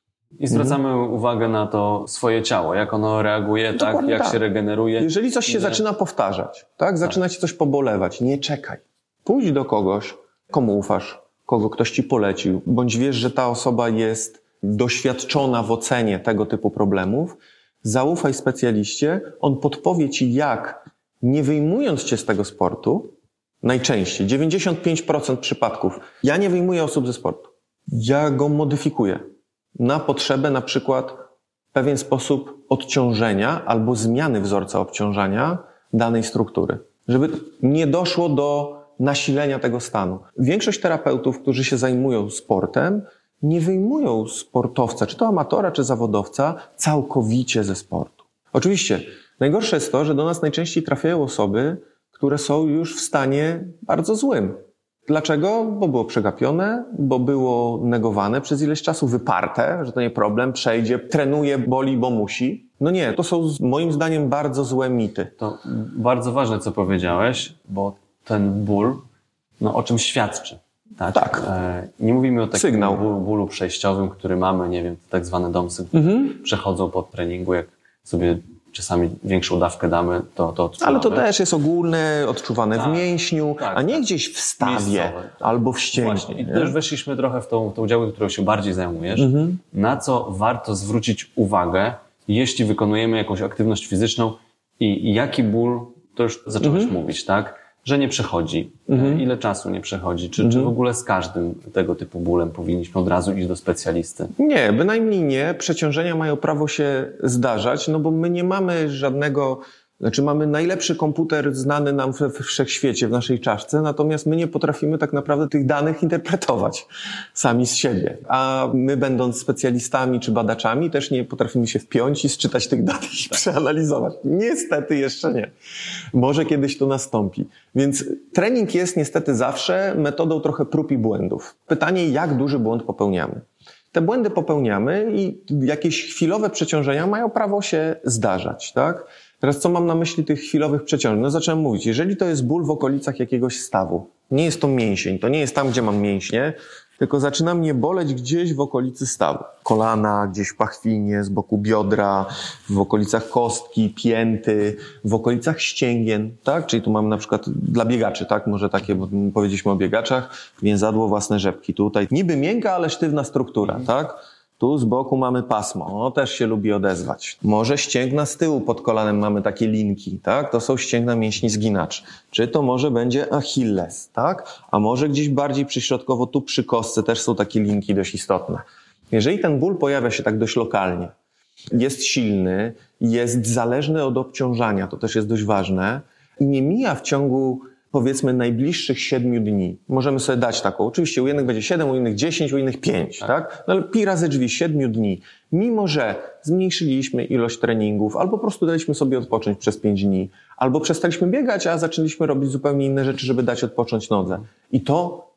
[SPEAKER 1] I zwracamy mhm. uwagę na to swoje ciało, jak ono reaguje, tak, jak tak. się regeneruje.
[SPEAKER 2] Jeżeli coś się że... zaczyna powtarzać, tak, zaczyna tak. ci coś pobolewać, nie czekaj. Pójdź do kogoś, komu ufasz, kogo ktoś ci polecił, bądź wiesz, że ta osoba jest doświadczona w ocenie tego typu problemów, zaufaj specjaliście, on podpowie ci jak, nie wyjmując cię z tego sportu, najczęściej, dziewięćdziesiąt pięć procent przypadków, ja nie wyjmuję osób ze sportu. Ja go modyfikuję na potrzebę na przykład pewien sposób odciążenia albo zmiany wzorca obciążania danej struktury, żeby nie doszło do nasilenia tego stanu. Większość terapeutów, którzy się zajmują sportem, nie wyjmują sportowca, czy to amatora, czy zawodowca, całkowicie ze sportu. Oczywiście, najgorsze jest to, że do nas najczęściej trafiają osoby, które są już w stanie bardzo złym. Dlaczego? Bo było przegapione, bo było negowane przez ileś czasu, wyparte, że to nie problem, przejdzie, trenuje, boli, bo musi. No nie, to są moim zdaniem bardzo złe mity.
[SPEAKER 1] To bardzo ważne, co powiedziałeś, bo ten ból, no o czym świadczy. Tak.
[SPEAKER 2] tak.
[SPEAKER 1] E, nie mówimy o takim Sygnał. Bólu, bólu przejściowym, który mamy, nie wiem, tak zwane domsy, które mhm. przechodzą po treningu, jak sobie czasami większą dawkę damy, to, to odczuwamy.
[SPEAKER 2] Ale to też jest ogólne, odczuwane tak. w mięśniu,
[SPEAKER 1] tak,
[SPEAKER 2] a nie
[SPEAKER 1] tak.
[SPEAKER 2] gdzieś w stawie
[SPEAKER 1] Miejscowe, tak.
[SPEAKER 2] albo w ścięgnie.
[SPEAKER 1] Właśnie. I też weszliśmy trochę w tą, tą działkę, którą się bardziej zajmujesz, mhm. na co warto zwrócić uwagę, jeśli wykonujemy jakąś aktywność fizyczną i jaki ból, to już zacząłeś mhm. mówić, tak? Że nie przechodzi. Mhm. Ile czasu nie przechodzi? Czy, mhm. czy w ogóle z każdym tego typu bólem powinniśmy od razu iść do specjalisty?
[SPEAKER 2] Nie, bynajmniej nie. Przeciążenia mają prawo się zdarzać, no bo my nie mamy żadnego... Znaczy mamy najlepszy komputer znany nam we wszechświecie, w naszej czaszce, natomiast my nie potrafimy tak naprawdę tych danych interpretować sami z siebie. A my, będąc specjalistami czy badaczami, też nie potrafimy się wpiąć i sczytać tych danych i przeanalizować. Niestety jeszcze nie. Może kiedyś to nastąpi. Więc trening jest niestety zawsze metodą trochę prób i błędów. Pytanie, jak duży błąd popełniamy. Te błędy popełniamy i jakieś chwilowe przeciążenia mają prawo się zdarzać, tak? Teraz co mam na myśli tych chwilowych przeciążeń? No zacząłem mówić, jeżeli to jest ból w okolicach jakiegoś stawu, nie jest to mięsień, to nie jest tam, gdzie mam mięśnie, tylko zaczyna mnie boleć gdzieś w okolicy stawu. Kolana, gdzieś w pachwinie, z boku biodra, w okolicach kostki, pięty, w okolicach ścięgien, tak? Czyli tu mamy na przykład dla biegaczy, tak? Może takie, bo powiedzieliśmy o biegaczach, więzadło, własne rzepki. Tutaj niby miękka, ale sztywna struktura, mhm. tak? Tu z boku mamy pasmo, ono też się lubi odezwać. Może ścięgna z tyłu pod kolanem mamy takie linki, tak? To są ścięgna mięśni zginaczy. Czy to może będzie Achilles, tak? A może gdzieś bardziej przyśrodkowo, tu przy kostce też są takie linki dość istotne. Jeżeli ten ból pojawia się tak dość lokalnie, jest silny, jest zależny od obciążania, to też jest dość ważne i nie mija w ciągu powiedzmy najbliższych siedmiu dni. Możemy sobie dać taką. Oczywiście u jednych będzie siedem, u innych dziesięć, u innych pięć, tak? tak? No ale pi razy drzwi, siedmiu dni. Mimo że zmniejszyliśmy ilość treningów, albo po prostu daliśmy sobie odpocząć przez pięć dni, albo przestaliśmy biegać, a zaczęliśmy robić zupełnie inne rzeczy, żeby dać odpocząć nodze. I to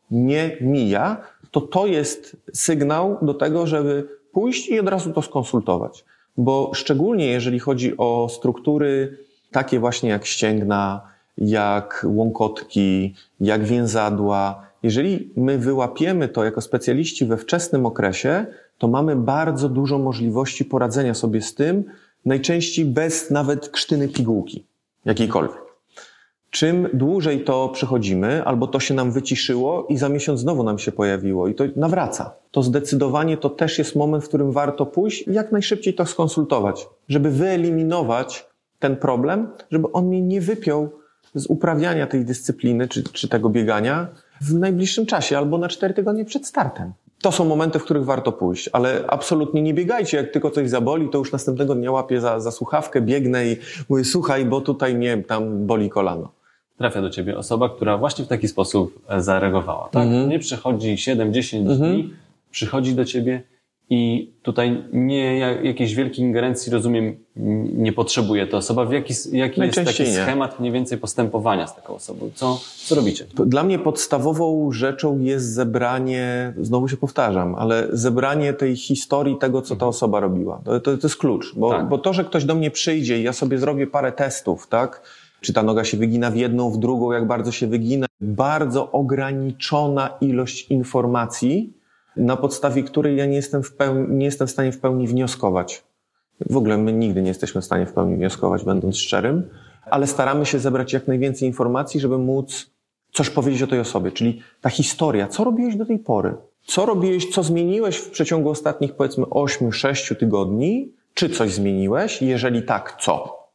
[SPEAKER 2] nie mija, to to jest sygnał do tego, żeby pójść i od razu to skonsultować. Bo szczególnie jeżeli chodzi o struktury takie właśnie jak ścięgna, jak łąkotki, jak więzadła, jeżeli my wyłapiemy to jako specjaliści we wczesnym okresie, to mamy bardzo dużo możliwości poradzenia sobie z tym, najczęściej bez nawet krztyny pigułki, jakiejkolwiek. Czym dłużej to przechodzimy, albo to się nam wyciszyło i za miesiąc znowu nam się pojawiło i to nawraca, to zdecydowanie to też jest moment, w którym warto pójść i jak najszybciej to skonsultować, żeby wyeliminować ten problem, żeby on mnie nie wypiął z uprawiania tej dyscypliny czy, czy tego biegania w najbliższym czasie albo na cztery tygodnie przed startem. To są momenty, w których warto pójść, ale absolutnie nie biegajcie, jak tylko coś zaboli, to już następnego dnia łapię za, za słuchawkę, biegnę i mówię, słuchaj, bo tutaj mnie tam boli kolano.
[SPEAKER 1] Trafia do ciebie osoba, która właśnie w taki sposób zareagowała. Tak? Mhm. Nie przychodzi siedem dziesięć mhm. dni, przychodzi do ciebie i tutaj nie jakiejś wielkiej ingerencji, rozumiem, nie potrzebuje ta osoba. W jaki, jaki jest taki nie. schemat mniej więcej postępowania z taką osobą? Co, co robicie?
[SPEAKER 2] Dla mnie podstawową rzeczą jest zebranie, znowu się powtarzam, ale zebranie tej historii tego, co ta osoba robiła. To, to, to jest klucz, bo, tak. bo to, że ktoś do mnie przyjdzie i ja sobie zrobię parę testów, tak? Czy ta noga się wygina w jedną, w drugą, jak bardzo się wygina. Bardzo ograniczona ilość informacji, na podstawie której ja nie jestem, w pełni, nie jestem w stanie w pełni wnioskować. W ogóle my nigdy nie jesteśmy w stanie w pełni wnioskować, będąc szczerym, ale staramy się zebrać jak najwięcej informacji, żeby móc coś powiedzieć o tej osobie. Czyli ta historia, co robiłeś do tej pory? Co robiłeś, co zmieniłeś w przeciągu ostatnich, powiedzmy, ośmiu, sześciu tygodni? Czy coś zmieniłeś? Jeżeli tak, co?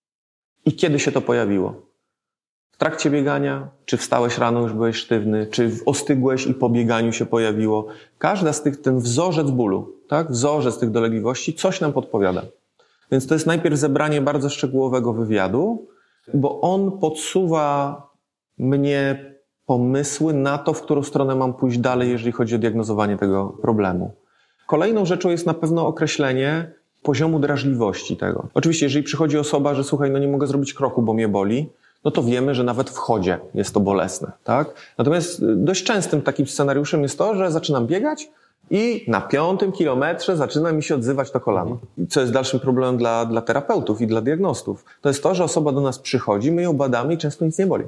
[SPEAKER 2] I kiedy się to pojawiło? W trakcie biegania? Czy wstałeś rano, już byłeś sztywny? Czy ostygłeś i po bieganiu się pojawiło? Każda z tych, ten wzorzec bólu, tak? Wzorzec tych dolegliwości, coś nam podpowiada. Więc to jest najpierw zebranie bardzo szczegółowego wywiadu, bo on podsuwa mnie pomysły na to, w którą stronę mam pójść dalej, jeżeli chodzi o diagnozowanie tego problemu. Kolejną rzeczą jest na pewno określenie poziomu drażliwości tego. Oczywiście, jeżeli przychodzi osoba, że słuchaj, no nie mogę zrobić kroku, bo mnie boli, no to wiemy, że nawet w chodzie jest to bolesne, tak? Natomiast dość częstym takim scenariuszem jest to, że zaczynam biegać i na piątym kilometrze zaczyna mi się odzywać to kolano. Co jest dalszym problemem dla, dla terapeutów i dla diagnostów. To jest to, że osoba do nas przychodzi, my ją badamy i często nic nie boli.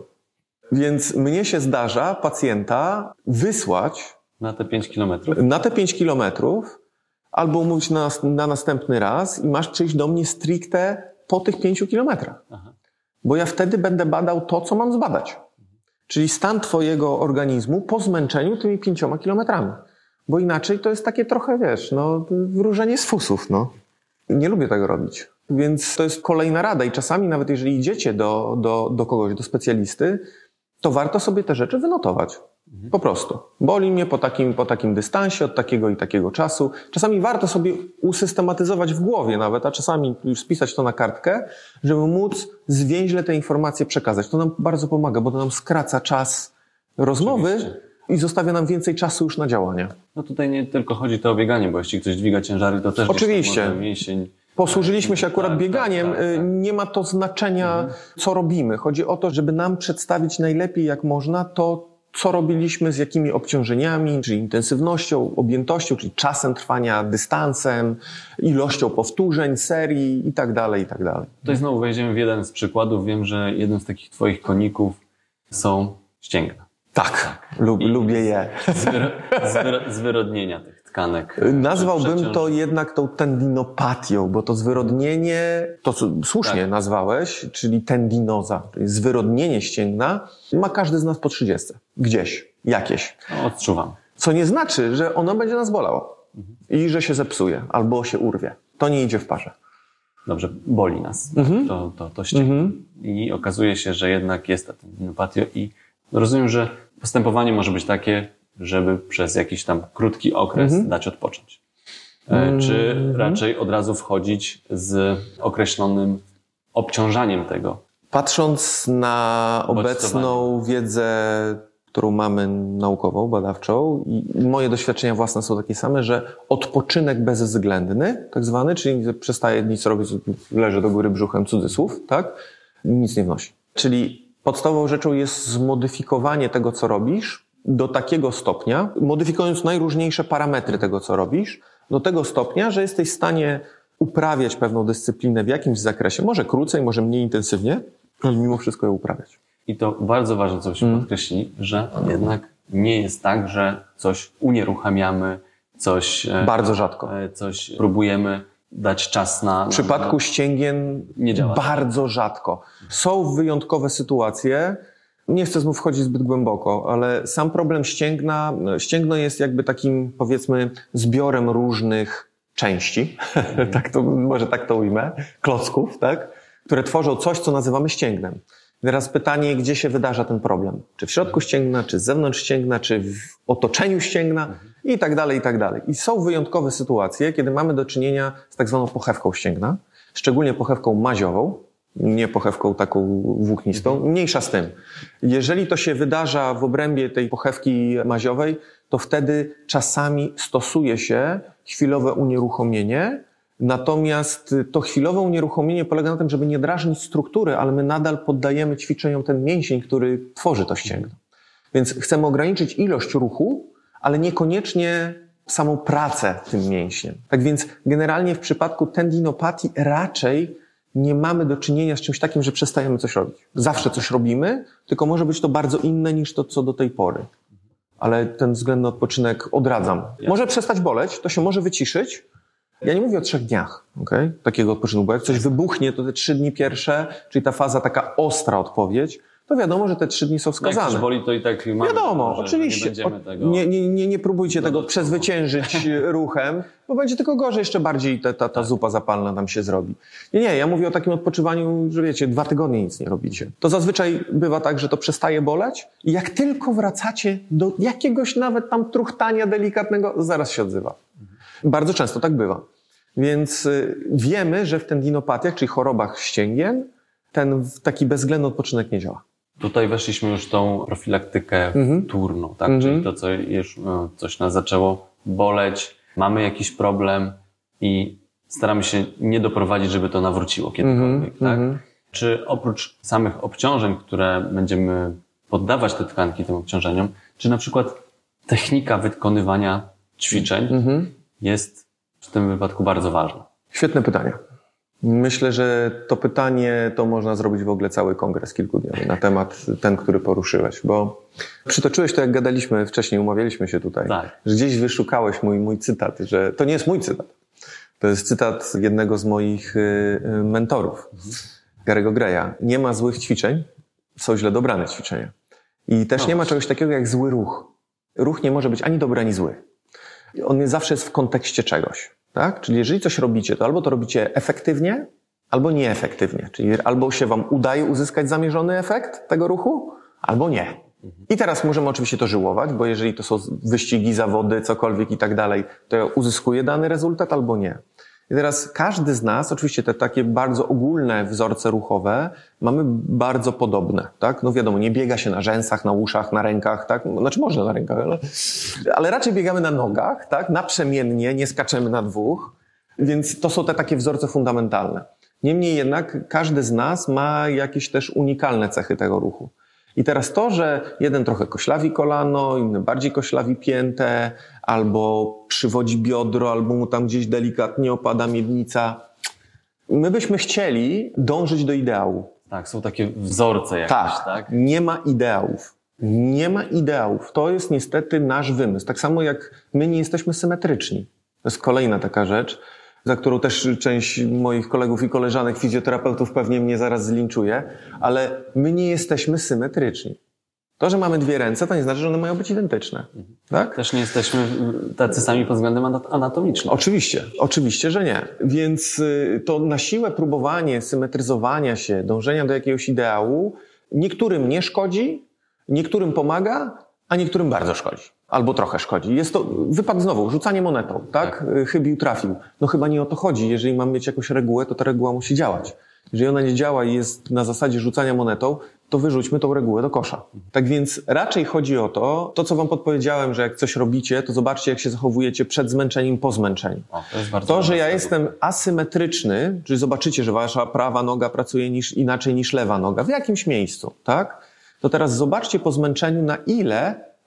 [SPEAKER 2] Więc mnie się zdarza pacjenta wysłać
[SPEAKER 1] na te pięć kilometrów,
[SPEAKER 2] na te pięć kilometrów albo umówić na, na następny raz i masz przyjść do mnie stricte po tych pięciu kilometrach. Aha. Bo ja wtedy będę badał to, co mam zbadać. Czyli stan twojego organizmu po zmęczeniu tymi pięcioma kilometrami. Bo inaczej to jest takie trochę, wiesz, no, wróżenie z fusów, no. Nie lubię tego robić. Więc to jest kolejna rada i czasami nawet jeżeli idziecie do, do, do kogoś, do specjalisty, to warto sobie te rzeczy wynotować. Po prostu. Boli mnie po takim, po takim dystansie, od takiego i takiego czasu. Czasami warto sobie usystematyzować w głowie nawet, a czasami już spisać to na kartkę, żeby móc zwięźle te informacje przekazać. To nam bardzo pomaga, bo to nam skraca czas rozmowy. Oczywiście. I zostawia nam więcej czasu już na działanie.
[SPEAKER 1] No tutaj nie tylko chodzi to o bieganie, bo jeśli ktoś dźwiga ciężary, to też
[SPEAKER 2] oczywiście.
[SPEAKER 1] Może mięsień.
[SPEAKER 2] Posłużyliśmy się akurat tak, bieganiem. Tak, tak, tak. Nie ma to znaczenia, mhm. co robimy. Chodzi o to, żeby nam przedstawić najlepiej jak można to, co robiliśmy, z jakimi obciążeniami, czyli intensywnością, objętością, czyli czasem trwania, dystansem, ilością powtórzeń, serii i tak dalej, i tak dalej.
[SPEAKER 1] Tutaj znowu wejdziemy w jeden z przykładów. Wiem, że jeden z takich twoich koników są ścięgna.
[SPEAKER 2] Tak, lub, lubię je.
[SPEAKER 1] Zwyro, zwyro, zwyrodnienia tych tkanek.
[SPEAKER 2] Nazwałbym to jednak tą tendinopatią, bo to zwyrodnienie, to co słusznie tak. nazwałeś, czyli tendinoza, czyli zwyrodnienie ścięgna, ma każdy z nas po trzydziestce. Gdzieś, jakieś.
[SPEAKER 1] No, odczuwam.
[SPEAKER 2] Co nie znaczy, że ono będzie nas bolało mhm. i że się zepsuje albo się urwie. To nie idzie w parze.
[SPEAKER 1] Dobrze, boli nas mhm. to, to, to ścięgno. Mhm. I okazuje się, że jednak jest ta tendinopatia i rozumiem, że postępowanie może być takie, żeby przez jakiś tam krótki okres mhm. dać odpocząć. E, czy mhm. raczej od razu wchodzić z określonym obciążaniem tego?
[SPEAKER 2] Patrząc na obecną wiedzę, którą mamy naukową, badawczą i moje doświadczenia własne są takie same, że odpoczynek bezwzględny, tak zwany, czyli przestaje nic robić, leży do góry brzuchem, cudzysłów, tak? Nic nie wnosi. Czyli podstawową rzeczą jest zmodyfikowanie tego, co robisz, do takiego stopnia, modyfikując najróżniejsze parametry tego, co robisz, do tego stopnia, że jesteś w stanie uprawiać pewną dyscyplinę w jakimś zakresie, może krócej, może mniej intensywnie, ale mimo wszystko ją uprawiać.
[SPEAKER 1] I to bardzo ważne, co byśmy mm. podkreślili, że jednak nie jest tak, że coś unieruchamiamy, coś...
[SPEAKER 2] Bardzo rzadko.
[SPEAKER 1] Coś próbujemy dać czas na...
[SPEAKER 2] W przypadku
[SPEAKER 1] na...
[SPEAKER 2] ścięgien
[SPEAKER 1] nie działa.
[SPEAKER 2] Bardzo rzadko. Są wyjątkowe sytuacje, nie chcę znów wchodzić zbyt głęboko, ale sam problem ścięgna, ścięgno jest jakby takim, powiedzmy, zbiorem różnych części, tak to, może tak to ujmę, klocków, tak, które tworzą coś, co nazywamy ścięgnem. Teraz pytanie, gdzie się wydarza ten problem? Czy w środku ścięgna, czy z zewnątrz ścięgna, czy w otoczeniu ścięgna i tak dalej, i tak dalej. I są wyjątkowe sytuacje, kiedy mamy do czynienia z tak zwaną pochewką ścięgna, szczególnie pochewką maziową, nie pochewką taką włóknistą, mniejsza z tym. Jeżeli to się wydarza w obrębie tej pochewki maziowej, to wtedy czasami stosuje się chwilowe unieruchomienie, natomiast to chwilowe unieruchomienie polega na tym, żeby nie drażnić struktury, ale my nadal poddajemy ćwiczeniom ten mięsień, który tworzy to ścięgno. Więc chcemy ograniczyć ilość ruchu, ale niekoniecznie samą pracę tym mięśniem. Tak więc generalnie w przypadku tendinopatii raczej nie mamy do czynienia z czymś takim, że przestajemy coś robić. Zawsze coś robimy, tylko może być to bardzo inne niż to, co do tej pory. Ale ten względny odpoczynek odradzam. Może przestać boleć, to się może wyciszyć. Ja nie mówię o trzech dniach, okay? Takiego odpoczynku, bo jak coś wybuchnie, to te trzy dni pierwsze, czyli ta faza taka ostra odpowiedź, to wiadomo, że te trzy dni są wskazane.
[SPEAKER 1] Jak coś boli, to i tak mamy.
[SPEAKER 2] Wiadomo,
[SPEAKER 1] że
[SPEAKER 2] oczywiście.
[SPEAKER 1] Nie, będziemy tego...
[SPEAKER 2] nie, nie, nie, nie próbujcie tego przezwyciężyć ruchem, bo będzie tylko gorzej, jeszcze bardziej ta, ta, ta zupa zapalna nam się zrobi. Nie, nie, ja mówię o takim odpoczywaniu, że wiecie, dwa tygodnie nic nie robicie. To zazwyczaj bywa tak, że to przestaje boleć i jak tylko wracacie do jakiegoś nawet tam truchtania delikatnego, zaraz się odzywa. Bardzo często tak bywa. Więc wiemy, że w tendinopatiach, czyli chorobach ścięgien, ten taki bezwzględny odpoczynek nie działa.
[SPEAKER 1] Tutaj weszliśmy już w tą profilaktykę
[SPEAKER 2] Mhm.
[SPEAKER 1] wtórną, tak?
[SPEAKER 2] Mhm.
[SPEAKER 1] Czyli to, co już no, coś nas zaczęło boleć, mamy jakiś problem i staramy się nie doprowadzić, żeby to nawróciło kiedykolwiek, tak?
[SPEAKER 2] Mhm.
[SPEAKER 1] Czy oprócz samych obciążeń, które będziemy poddawać te tkanki tym obciążeniom, czy na przykład technika wykonywania ćwiczeń
[SPEAKER 2] Mhm.
[SPEAKER 1] jest w tym wypadku bardzo ważna?
[SPEAKER 2] Świetne pytanie. Myślę, że to pytanie to można zrobić w ogóle cały kongres kilkudniowy na temat ten, który poruszyłeś, bo przytoczyłeś to, jak gadaliśmy wcześniej, umawialiśmy się tutaj,
[SPEAKER 1] tak.
[SPEAKER 2] że gdzieś wyszukałeś mój, mój cytat, że to nie jest mój cytat. To jest cytat jednego z moich mentorów, mhm. Gary'ego Greya. Nie ma złych ćwiczeń, są źle dobrane ćwiczenia. I też no. nie ma czegoś takiego jak zły ruch. Ruch nie może być ani dobry, ani zły. On zawsze jest w kontekście czegoś. Tak? Czyli jeżeli coś robicie, to albo to robicie efektywnie, albo nieefektywnie. Czyli albo się wam udaje uzyskać zamierzony efekt tego ruchu, albo nie. I teraz możemy oczywiście to żyłować, bo jeżeli to są wyścigi, zawody, cokolwiek i tak dalej, to ja uzyskuję dany rezultat, albo nie. I teraz każdy z nas, oczywiście te takie bardzo ogólne wzorce ruchowe mamy bardzo podobne, tak? No wiadomo, nie biega się na rzęsach, na uszach, na rękach, tak? Znaczy można na rękach, ale, ale raczej biegamy na nogach, tak? Naprzemiennie, nie skaczemy na dwóch, więc to są te takie wzorce fundamentalne. Niemniej jednak każdy z nas ma jakieś też unikalne cechy tego ruchu. I teraz to, że jeden trochę koślawi kolano, inny bardziej koślawi piętę, albo przywodzi biodro, albo mu tam gdzieś delikatnie opada miednica. My byśmy chcieli dążyć do ideału.
[SPEAKER 1] Tak, są takie wzorce jakieś, tak? tak?
[SPEAKER 2] Nie ma ideałów. Nie ma ideałów. To jest niestety nasz wymysł. Tak samo jak my nie jesteśmy symetryczni. To jest kolejna taka rzecz, za którą też część moich kolegów i koleżanek fizjoterapeutów pewnie mnie zaraz zlinczuje, ale my nie jesteśmy symetryczni. To, że mamy dwie ręce, to nie znaczy, że one mają być identyczne. Tak?
[SPEAKER 1] Też nie jesteśmy tacy sami pod względem anatomicznym.
[SPEAKER 2] Oczywiście, oczywiście, że nie. Więc to na siłę próbowanie symetryzowania się, dążenia do jakiegoś ideału, niektórym nie szkodzi, niektórym pomaga, a niektórym bardzo szkodzi. Albo trochę szkodzi. Jest to wypad znowu, rzucanie monetą, tak? tak? Chybił, trafił. No chyba nie o to chodzi. Jeżeli mam mieć jakąś regułę, to ta reguła musi działać. Jeżeli ona nie działa i jest na zasadzie rzucania monetą, to wyrzućmy tą regułę do kosza. Tak więc raczej chodzi o to, to co wam podpowiedziałem, że jak coś robicie, to zobaczcie, jak się zachowujecie przed zmęczeniem, po zmęczeniu.
[SPEAKER 1] O, to jest bardzo
[SPEAKER 2] to, że ja
[SPEAKER 1] tego.
[SPEAKER 2] jestem asymetryczny, czyli zobaczycie, że wasza prawa noga pracuje niż, inaczej niż lewa noga w jakimś miejscu, tak? To teraz zobaczcie po zmęczeniu, na ile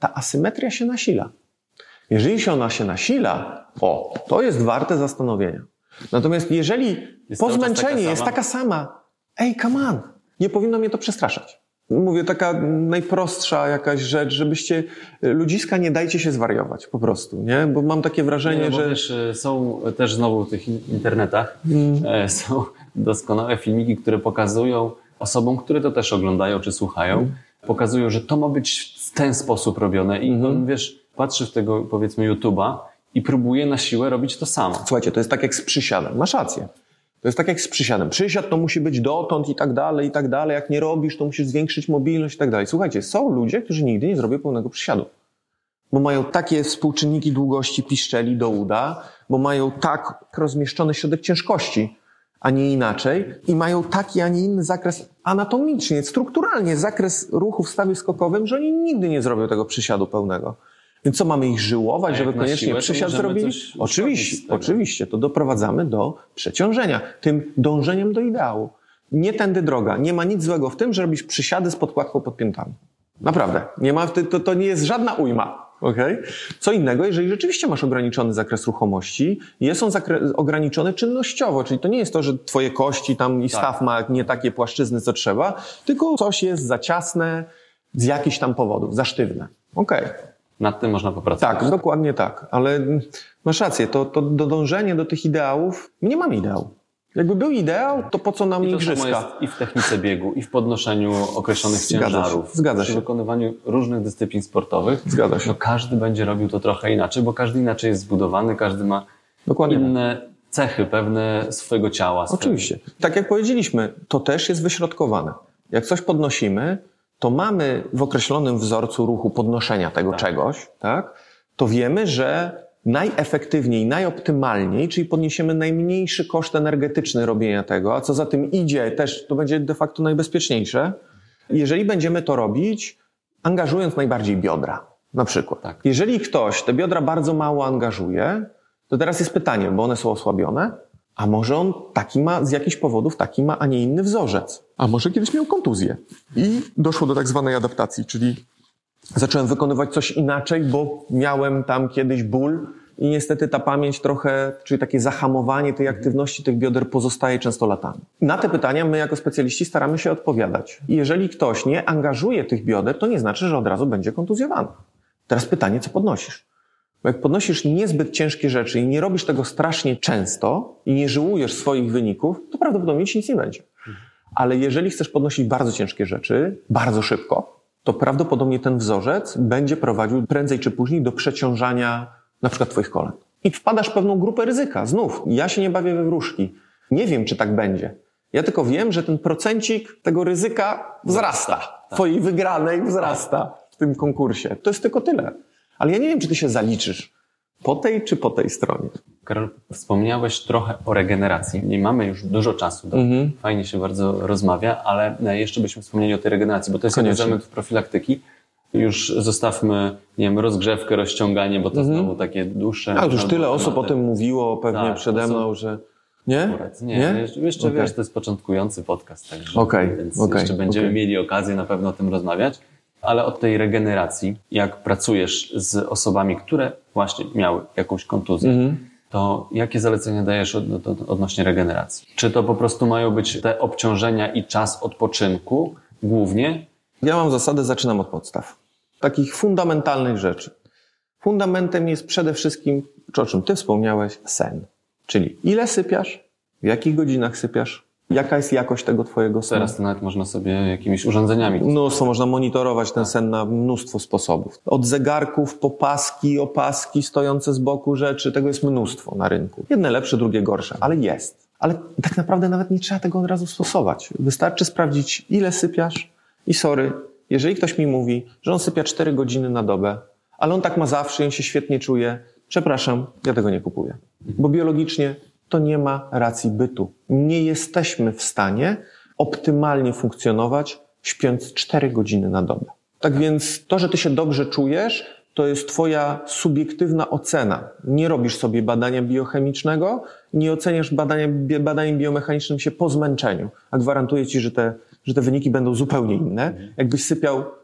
[SPEAKER 2] ta asymetria się nasila. Jeżeli się ona się nasila, o, to jest warte zastanowienia. Natomiast jeżeli jest po zmęczeniu jest taka sama, ej, come on, nie powinno mnie to przestraszać. Mówię, taka najprostsza jakaś rzecz, żebyście, ludziska, nie dajcie się zwariować, po prostu, nie? Bo mam takie wrażenie, nie, no, że...
[SPEAKER 1] Wiesz, są też znowu w tych internetach, mm. są doskonałe filmiki, które pokazują osobom, które to też oglądają czy słuchają, mm. pokazują, że to ma być w ten sposób robione i mm. on, wiesz, patrzy w tego, powiedzmy, YouTube'a i próbuje na siłę robić to samo.
[SPEAKER 2] Słuchajcie, to jest tak jak z przysiadem. Masz rację. To jest tak jak z przysiadem. Przysiad to musi być dotąd i tak dalej, i tak dalej. Jak nie robisz, to musisz zwiększyć mobilność i tak dalej. Słuchajcie, są ludzie, którzy nigdy nie zrobią pełnego przysiadu. Bo mają takie współczynniki długości piszczeli do uda, bo mają tak rozmieszczony środek ciężkości, a nie inaczej, i mają taki, a nie inny zakres anatomicznie, strukturalnie zakres ruchu w stawie skokowym, że oni nigdy nie zrobią tego przysiadu pełnego. Więc co, mamy ich żyłować, żeby koniecznie siłę, przysiad zrobili? Oczywiście, oczywiście. To doprowadzamy do przeciążenia. Tym dążeniem do ideału. Nie tędy droga. Nie ma nic złego w tym, że robisz przysiady z podkładką pod piętami. Naprawdę. Nie ma, to, to nie jest żadna ujma. Okay? Co innego, jeżeli rzeczywiście masz ograniczony zakres ruchomości, jest on zakre- ograniczony czynnościowo, czyli to nie jest to, że twoje kości tam i staw ma nie takie płaszczyzny, co trzeba, tylko coś jest za ciasne z jakichś tam powodów, za sztywne. Okej. Okay.
[SPEAKER 1] Nad tym można popracować.
[SPEAKER 2] Tak, dokładnie tak. Ale masz rację, to, to do dążenie do tych ideałów, my nie mamy ideału. Jakby był ideał, to po co nam
[SPEAKER 1] I to
[SPEAKER 2] igrzyska?
[SPEAKER 1] Samo jest i w technice biegu, i w podnoszeniu określonych
[SPEAKER 2] Zgadza
[SPEAKER 1] ciężarów.
[SPEAKER 2] Się. Zgadza
[SPEAKER 1] przy
[SPEAKER 2] się.
[SPEAKER 1] wykonywaniu różnych dyscyplin sportowych.
[SPEAKER 2] Zgadza się.
[SPEAKER 1] To każdy będzie robił to trochę inaczej, bo każdy inaczej jest zbudowany, każdy ma
[SPEAKER 2] dokładnie
[SPEAKER 1] inne cechy pewne swojego ciała. Swojego.
[SPEAKER 2] Oczywiście. Tak jak powiedzieliśmy, to też jest wyśrodkowane. Jak coś podnosimy, to mamy w określonym wzorcu ruchu podnoszenia tego tak. czegoś, tak? To wiemy, że najefektywniej, najoptymalniej, czyli podniesiemy najmniejszy koszt energetyczny robienia tego, a co za tym idzie, też to będzie de facto najbezpieczniejsze, jeżeli będziemy to robić, angażując najbardziej biodra, na przykład. Tak. Jeżeli ktoś te biodra bardzo mało angażuje, to teraz jest pytanie, bo one są osłabione, a może on taki ma, z jakichś powodów taki ma, a nie inny wzorzec. A może kiedyś miał kontuzję. I doszło do tak zwanej adaptacji, czyli zacząłem wykonywać coś inaczej, bo miałem tam kiedyś ból i niestety ta pamięć trochę, czyli takie zahamowanie tej aktywności tych bioder pozostaje często latami. Na te pytania my jako specjaliści staramy się odpowiadać. I jeżeli ktoś nie angażuje tych bioder, to nie znaczy, że od razu będzie kontuzjowany. Teraz pytanie, co podnosisz? Bo jak podnosisz niezbyt ciężkie rzeczy i nie robisz tego strasznie często i nie żyłujesz swoich wyników, to prawdopodobnie ci nic nie będzie. Ale jeżeli chcesz podnosić bardzo ciężkie rzeczy, bardzo szybko, to prawdopodobnie ten wzorzec będzie prowadził prędzej czy później do przeciążania na przykład twoich kolan. I wpadasz w pewną grupę ryzyka. Znów, ja się nie bawię we wróżki. Nie wiem, czy tak będzie. Ja tylko wiem, że ten procencik tego ryzyka wzrasta. Twojej wygranej wzrasta w tym konkursie. To jest tylko tyle. Ale ja nie wiem, czy ty się zaliczysz po tej czy po tej stronie.
[SPEAKER 1] Karol, wspomniałeś trochę o regeneracji. Nie mamy już dużo czasu. Do... Mhm. Fajnie się bardzo rozmawia, ale jeszcze byśmy wspomnieli o tej regeneracji, bo to jest jeden z elementów profilaktyki. Już zostawmy, nie wiem, rozgrzewkę, rozciąganie, bo to mhm. znowu takie dłuższe...
[SPEAKER 2] A już tyle osób tematy. O tym mówiło pewnie tak, przede mną, są... że... Nie?
[SPEAKER 1] Nie, nie? Jeszcze okay. wiesz, to jest początkujący podcast, także
[SPEAKER 2] okay.
[SPEAKER 1] więc
[SPEAKER 2] okay.
[SPEAKER 1] jeszcze będziemy
[SPEAKER 2] okay.
[SPEAKER 1] mieli okazję na pewno o tym rozmawiać. Ale od tej regeneracji, jak pracujesz z osobami, które właśnie miały jakąś kontuzję, mm-hmm. to jakie zalecenia dajesz od, od, odnośnie regeneracji? Czy to po prostu mają być te obciążenia i czas odpoczynku głównie?
[SPEAKER 2] Ja mam zasadę, zaczynam od podstaw. Takich fundamentalnych rzeczy. Fundamentem jest przede wszystkim, o czym ty wspomniałeś, sen. Czyli ile sypiasz, w jakich godzinach sypiasz, jaka jest jakość tego twojego snu.
[SPEAKER 1] Teraz to nawet można sobie jakimiś urządzeniami...
[SPEAKER 2] Mnóstwo, można monitorować ten sen na mnóstwo sposobów. Od zegarków, po paski, opaski stojące z boku rzeczy, tego jest mnóstwo na rynku. Jedne lepsze, drugie gorsze, ale jest. Ale tak naprawdę nawet nie trzeba tego od razu stosować. Wystarczy sprawdzić, ile sypiasz i sorry, jeżeli ktoś mi mówi, że on sypia cztery godziny na dobę, ale on tak ma zawsze i on się świetnie czuje, przepraszam, ja tego nie kupuję. Bo biologicznie to nie ma racji bytu. Nie jesteśmy w stanie optymalnie funkcjonować, śpiąc cztery godziny na dobę. Tak więc to, że ty się dobrze czujesz, to jest twoja subiektywna ocena. Nie robisz sobie badania biochemicznego, nie oceniasz badania, badaniem biomechanicznym się po zmęczeniu. A gwarantuję ci, że te, że te wyniki będą zupełnie inne. Jakbyś sypiał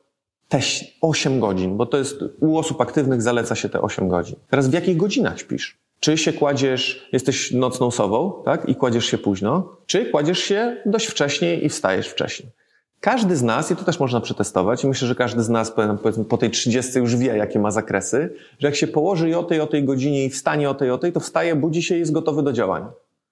[SPEAKER 2] te osiem godzin, bo to jest u osób aktywnych zaleca się te osiem godzin. Teraz w jakich godzinach śpisz? Czy się kładziesz, jesteś nocną sową, tak? I kładziesz się późno, czy kładziesz się dość wcześnie i wstajesz wcześniej. Każdy z nas, i to też można przetestować, i myślę, że każdy z nas powiedzmy, po tej trzydziestce już wie, jakie ma zakresy, że jak się położy i o tej, o tej godzinie i wstanie o tej, o tej, to wstaje, budzi się i jest gotowy do działania.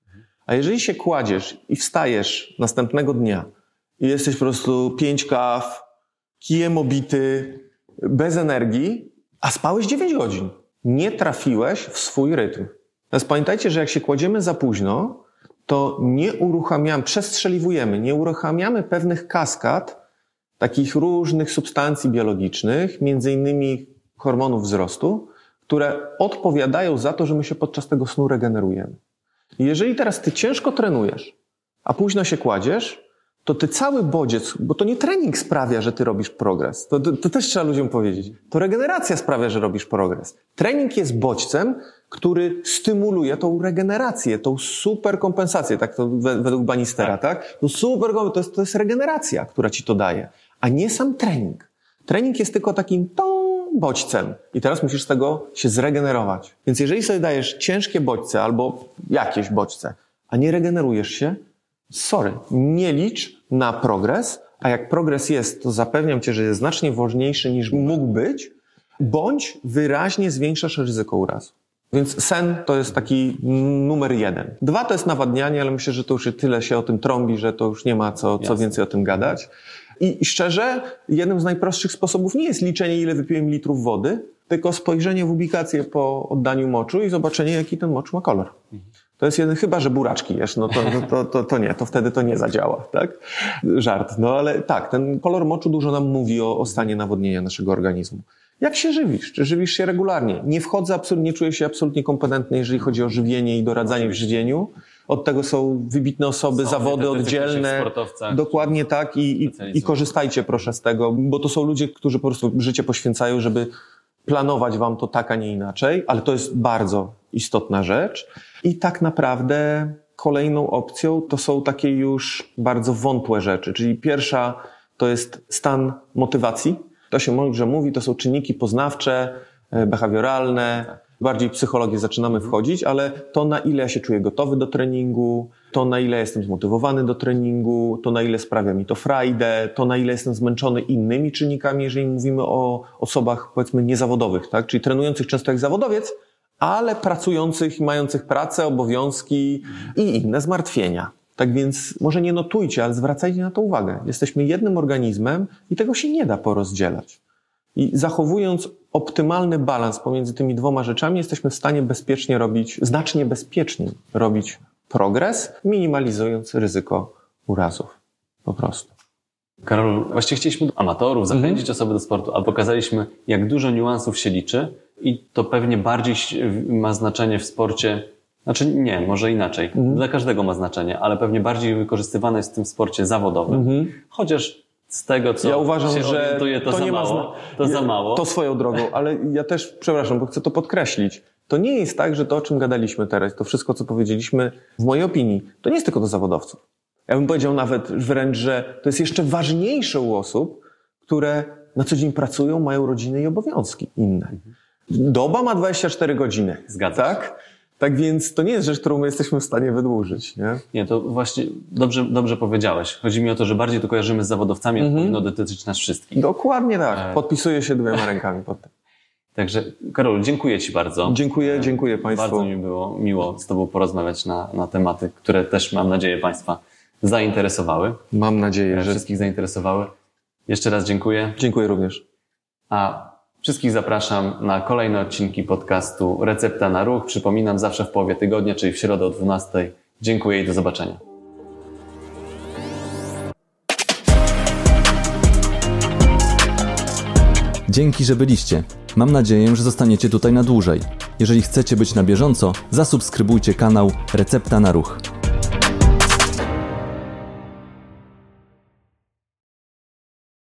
[SPEAKER 2] A jeżeli się kładziesz i wstajesz następnego dnia i jesteś po prostu pięć kaw, kijem obity, bez energii, a spałeś dziewięć godzin, nie trafiłeś w swój rytm. Teraz pamiętajcie, że jak się kładziemy za późno, to nie uruchamiamy, przestrzeliwujemy, nie uruchamiamy pewnych kaskad, takich różnych substancji biologicznych, między innymi hormonów wzrostu, które odpowiadają za to, że my się podczas tego snu regenerujemy. I jeżeli teraz ty ciężko trenujesz, a późno się kładziesz, to ty cały bodziec, bo to nie trening sprawia, że ty robisz progres. To, to, to też trzeba ludziom powiedzieć. To regeneracja sprawia, że robisz progres. Trening jest bodźcem, który stymuluje tą regenerację, tą superkompensację, tak to według Bannistera, tak? To super, to jest, to jest regeneracja, która ci to daje, a nie sam trening. Trening jest tylko takim tą bodźcem i teraz musisz z tego się zregenerować. Więc jeżeli sobie dajesz ciężkie bodźce albo jakieś bodźce, a nie regenerujesz się, sorry, nie licz na progres, a jak progres jest, to zapewniam cię, że jest znacznie wolniejszy niż mógł być, bądź wyraźnie zwiększasz ryzyko urazu. Więc sen to jest taki numer jeden. Dwa to jest nawadnianie, ale myślę, że to już tyle się o tym trąbi, że to już nie ma co, co więcej o tym gadać. I szczerze, jednym z najprostszych sposobów nie jest liczenie, ile wypiłem litrów wody, tylko spojrzenie w ubikację po oddaniu moczu i zobaczenie, jaki ten mocz ma kolor. To jest jeden, chyba że buraczki jesz, no to, to, to, to nie, to wtedy to nie zadziała, tak? Żart. No ale tak, ten kolor moczu dużo nam mówi o, o stanie nawodnienia naszego organizmu. Jak się żywisz? Czy żywisz się regularnie? Nie wchodzę, absolutnie, nie czuję się absolutnie kompetentny, jeżeli chodzi o żywienie i doradzanie w żywieniu. Od tego są wybitne osoby, są zawody oddzielne. Dokładnie tak i, i, i korzystajcie proszę z tego, bo to są ludzie, którzy po prostu życie poświęcają, żeby planować wam to tak, a nie inaczej, ale to jest bardzo istotna rzecz. I tak naprawdę kolejną opcją to są takie już bardzo wątłe rzeczy, czyli pierwsza to jest stan motywacji. To się może mówi, to są czynniki poznawcze, behawioralne, bardziej psychologię zaczynamy wchodzić, ale to na ile ja się czuję gotowy do treningu, to na ile jestem zmotywowany do treningu, to na ile sprawia mi to frajdę, to na ile jestem zmęczony innymi czynnikami, jeżeli mówimy o osobach powiedzmy niezawodowych, tak? Czyli trenujących często jak zawodowiec, ale pracujących i mających pracę, obowiązki i inne zmartwienia. Tak więc może nie notujcie, ale zwracajcie na to uwagę. Jesteśmy jednym organizmem i tego się nie da porozdzielać. I zachowując optymalny balans pomiędzy tymi dwoma rzeczami, jesteśmy w stanie bezpiecznie robić, znacznie bezpieczniej robić progres, minimalizując ryzyko urazów. Po prostu.
[SPEAKER 1] Karol, właściwie chcieliśmy amatorów zachęcić mhm. osoby do sportu, a pokazaliśmy, jak dużo niuansów się liczy i to pewnie bardziej ma znaczenie w sporcie. Znaczy nie, może inaczej. Mhm. Dla każdego ma znaczenie, ale pewnie bardziej wykorzystywane jest w tym sporcie zawodowym. Mhm. Chociaż z tego, co
[SPEAKER 2] ja uważam,
[SPEAKER 1] się
[SPEAKER 2] że
[SPEAKER 1] orientuje, to, to za nie mało. Ma zna... To ja, za mało.
[SPEAKER 2] To swoją drogą, ale ja też, przepraszam, bo chcę to podkreślić. To nie jest tak, że to, o czym gadaliśmy teraz, to wszystko, co powiedzieliśmy, w mojej opinii, to nie jest tylko do zawodowców. Ja bym powiedział nawet wręcz, że to jest jeszcze ważniejsze u osób, które na co dzień pracują, mają rodziny i obowiązki inne. Mhm. Doba ma dwadzieścia cztery godziny.
[SPEAKER 1] Zgadza się.
[SPEAKER 2] Tak? Tak więc to nie jest rzecz, którą my jesteśmy w stanie wydłużyć, nie?
[SPEAKER 1] Nie, to właśnie dobrze, dobrze powiedziałeś. Chodzi mi o to, że bardziej to kojarzymy z zawodowcami, mm-hmm. a powinno dotyczyć nas wszystkich.
[SPEAKER 2] Dokładnie tak. Podpisuję się dwiema rękami pod tym.
[SPEAKER 1] Także Karol, dziękuję Ci bardzo.
[SPEAKER 2] Dziękuję, dziękuję Państwu.
[SPEAKER 1] Bardzo mi było miło z Tobą porozmawiać na, na tematy, które też mam nadzieję Państwa zainteresowały.
[SPEAKER 2] Mam nadzieję, że...
[SPEAKER 1] Wszystkich zainteresowały. Jeszcze raz dziękuję.
[SPEAKER 2] Dziękuję również.
[SPEAKER 1] A wszystkich zapraszam na kolejne odcinki podcastu Recepta na Ruch. Przypominam, zawsze w połowie tygodnia, czyli w środę o dwunastej. Dziękuję i do zobaczenia.
[SPEAKER 3] Dzięki, że byliście. Mam nadzieję, że zostaniecie tutaj na dłużej. Jeżeli chcecie być na bieżąco, zasubskrybujcie kanał Recepta na Ruch.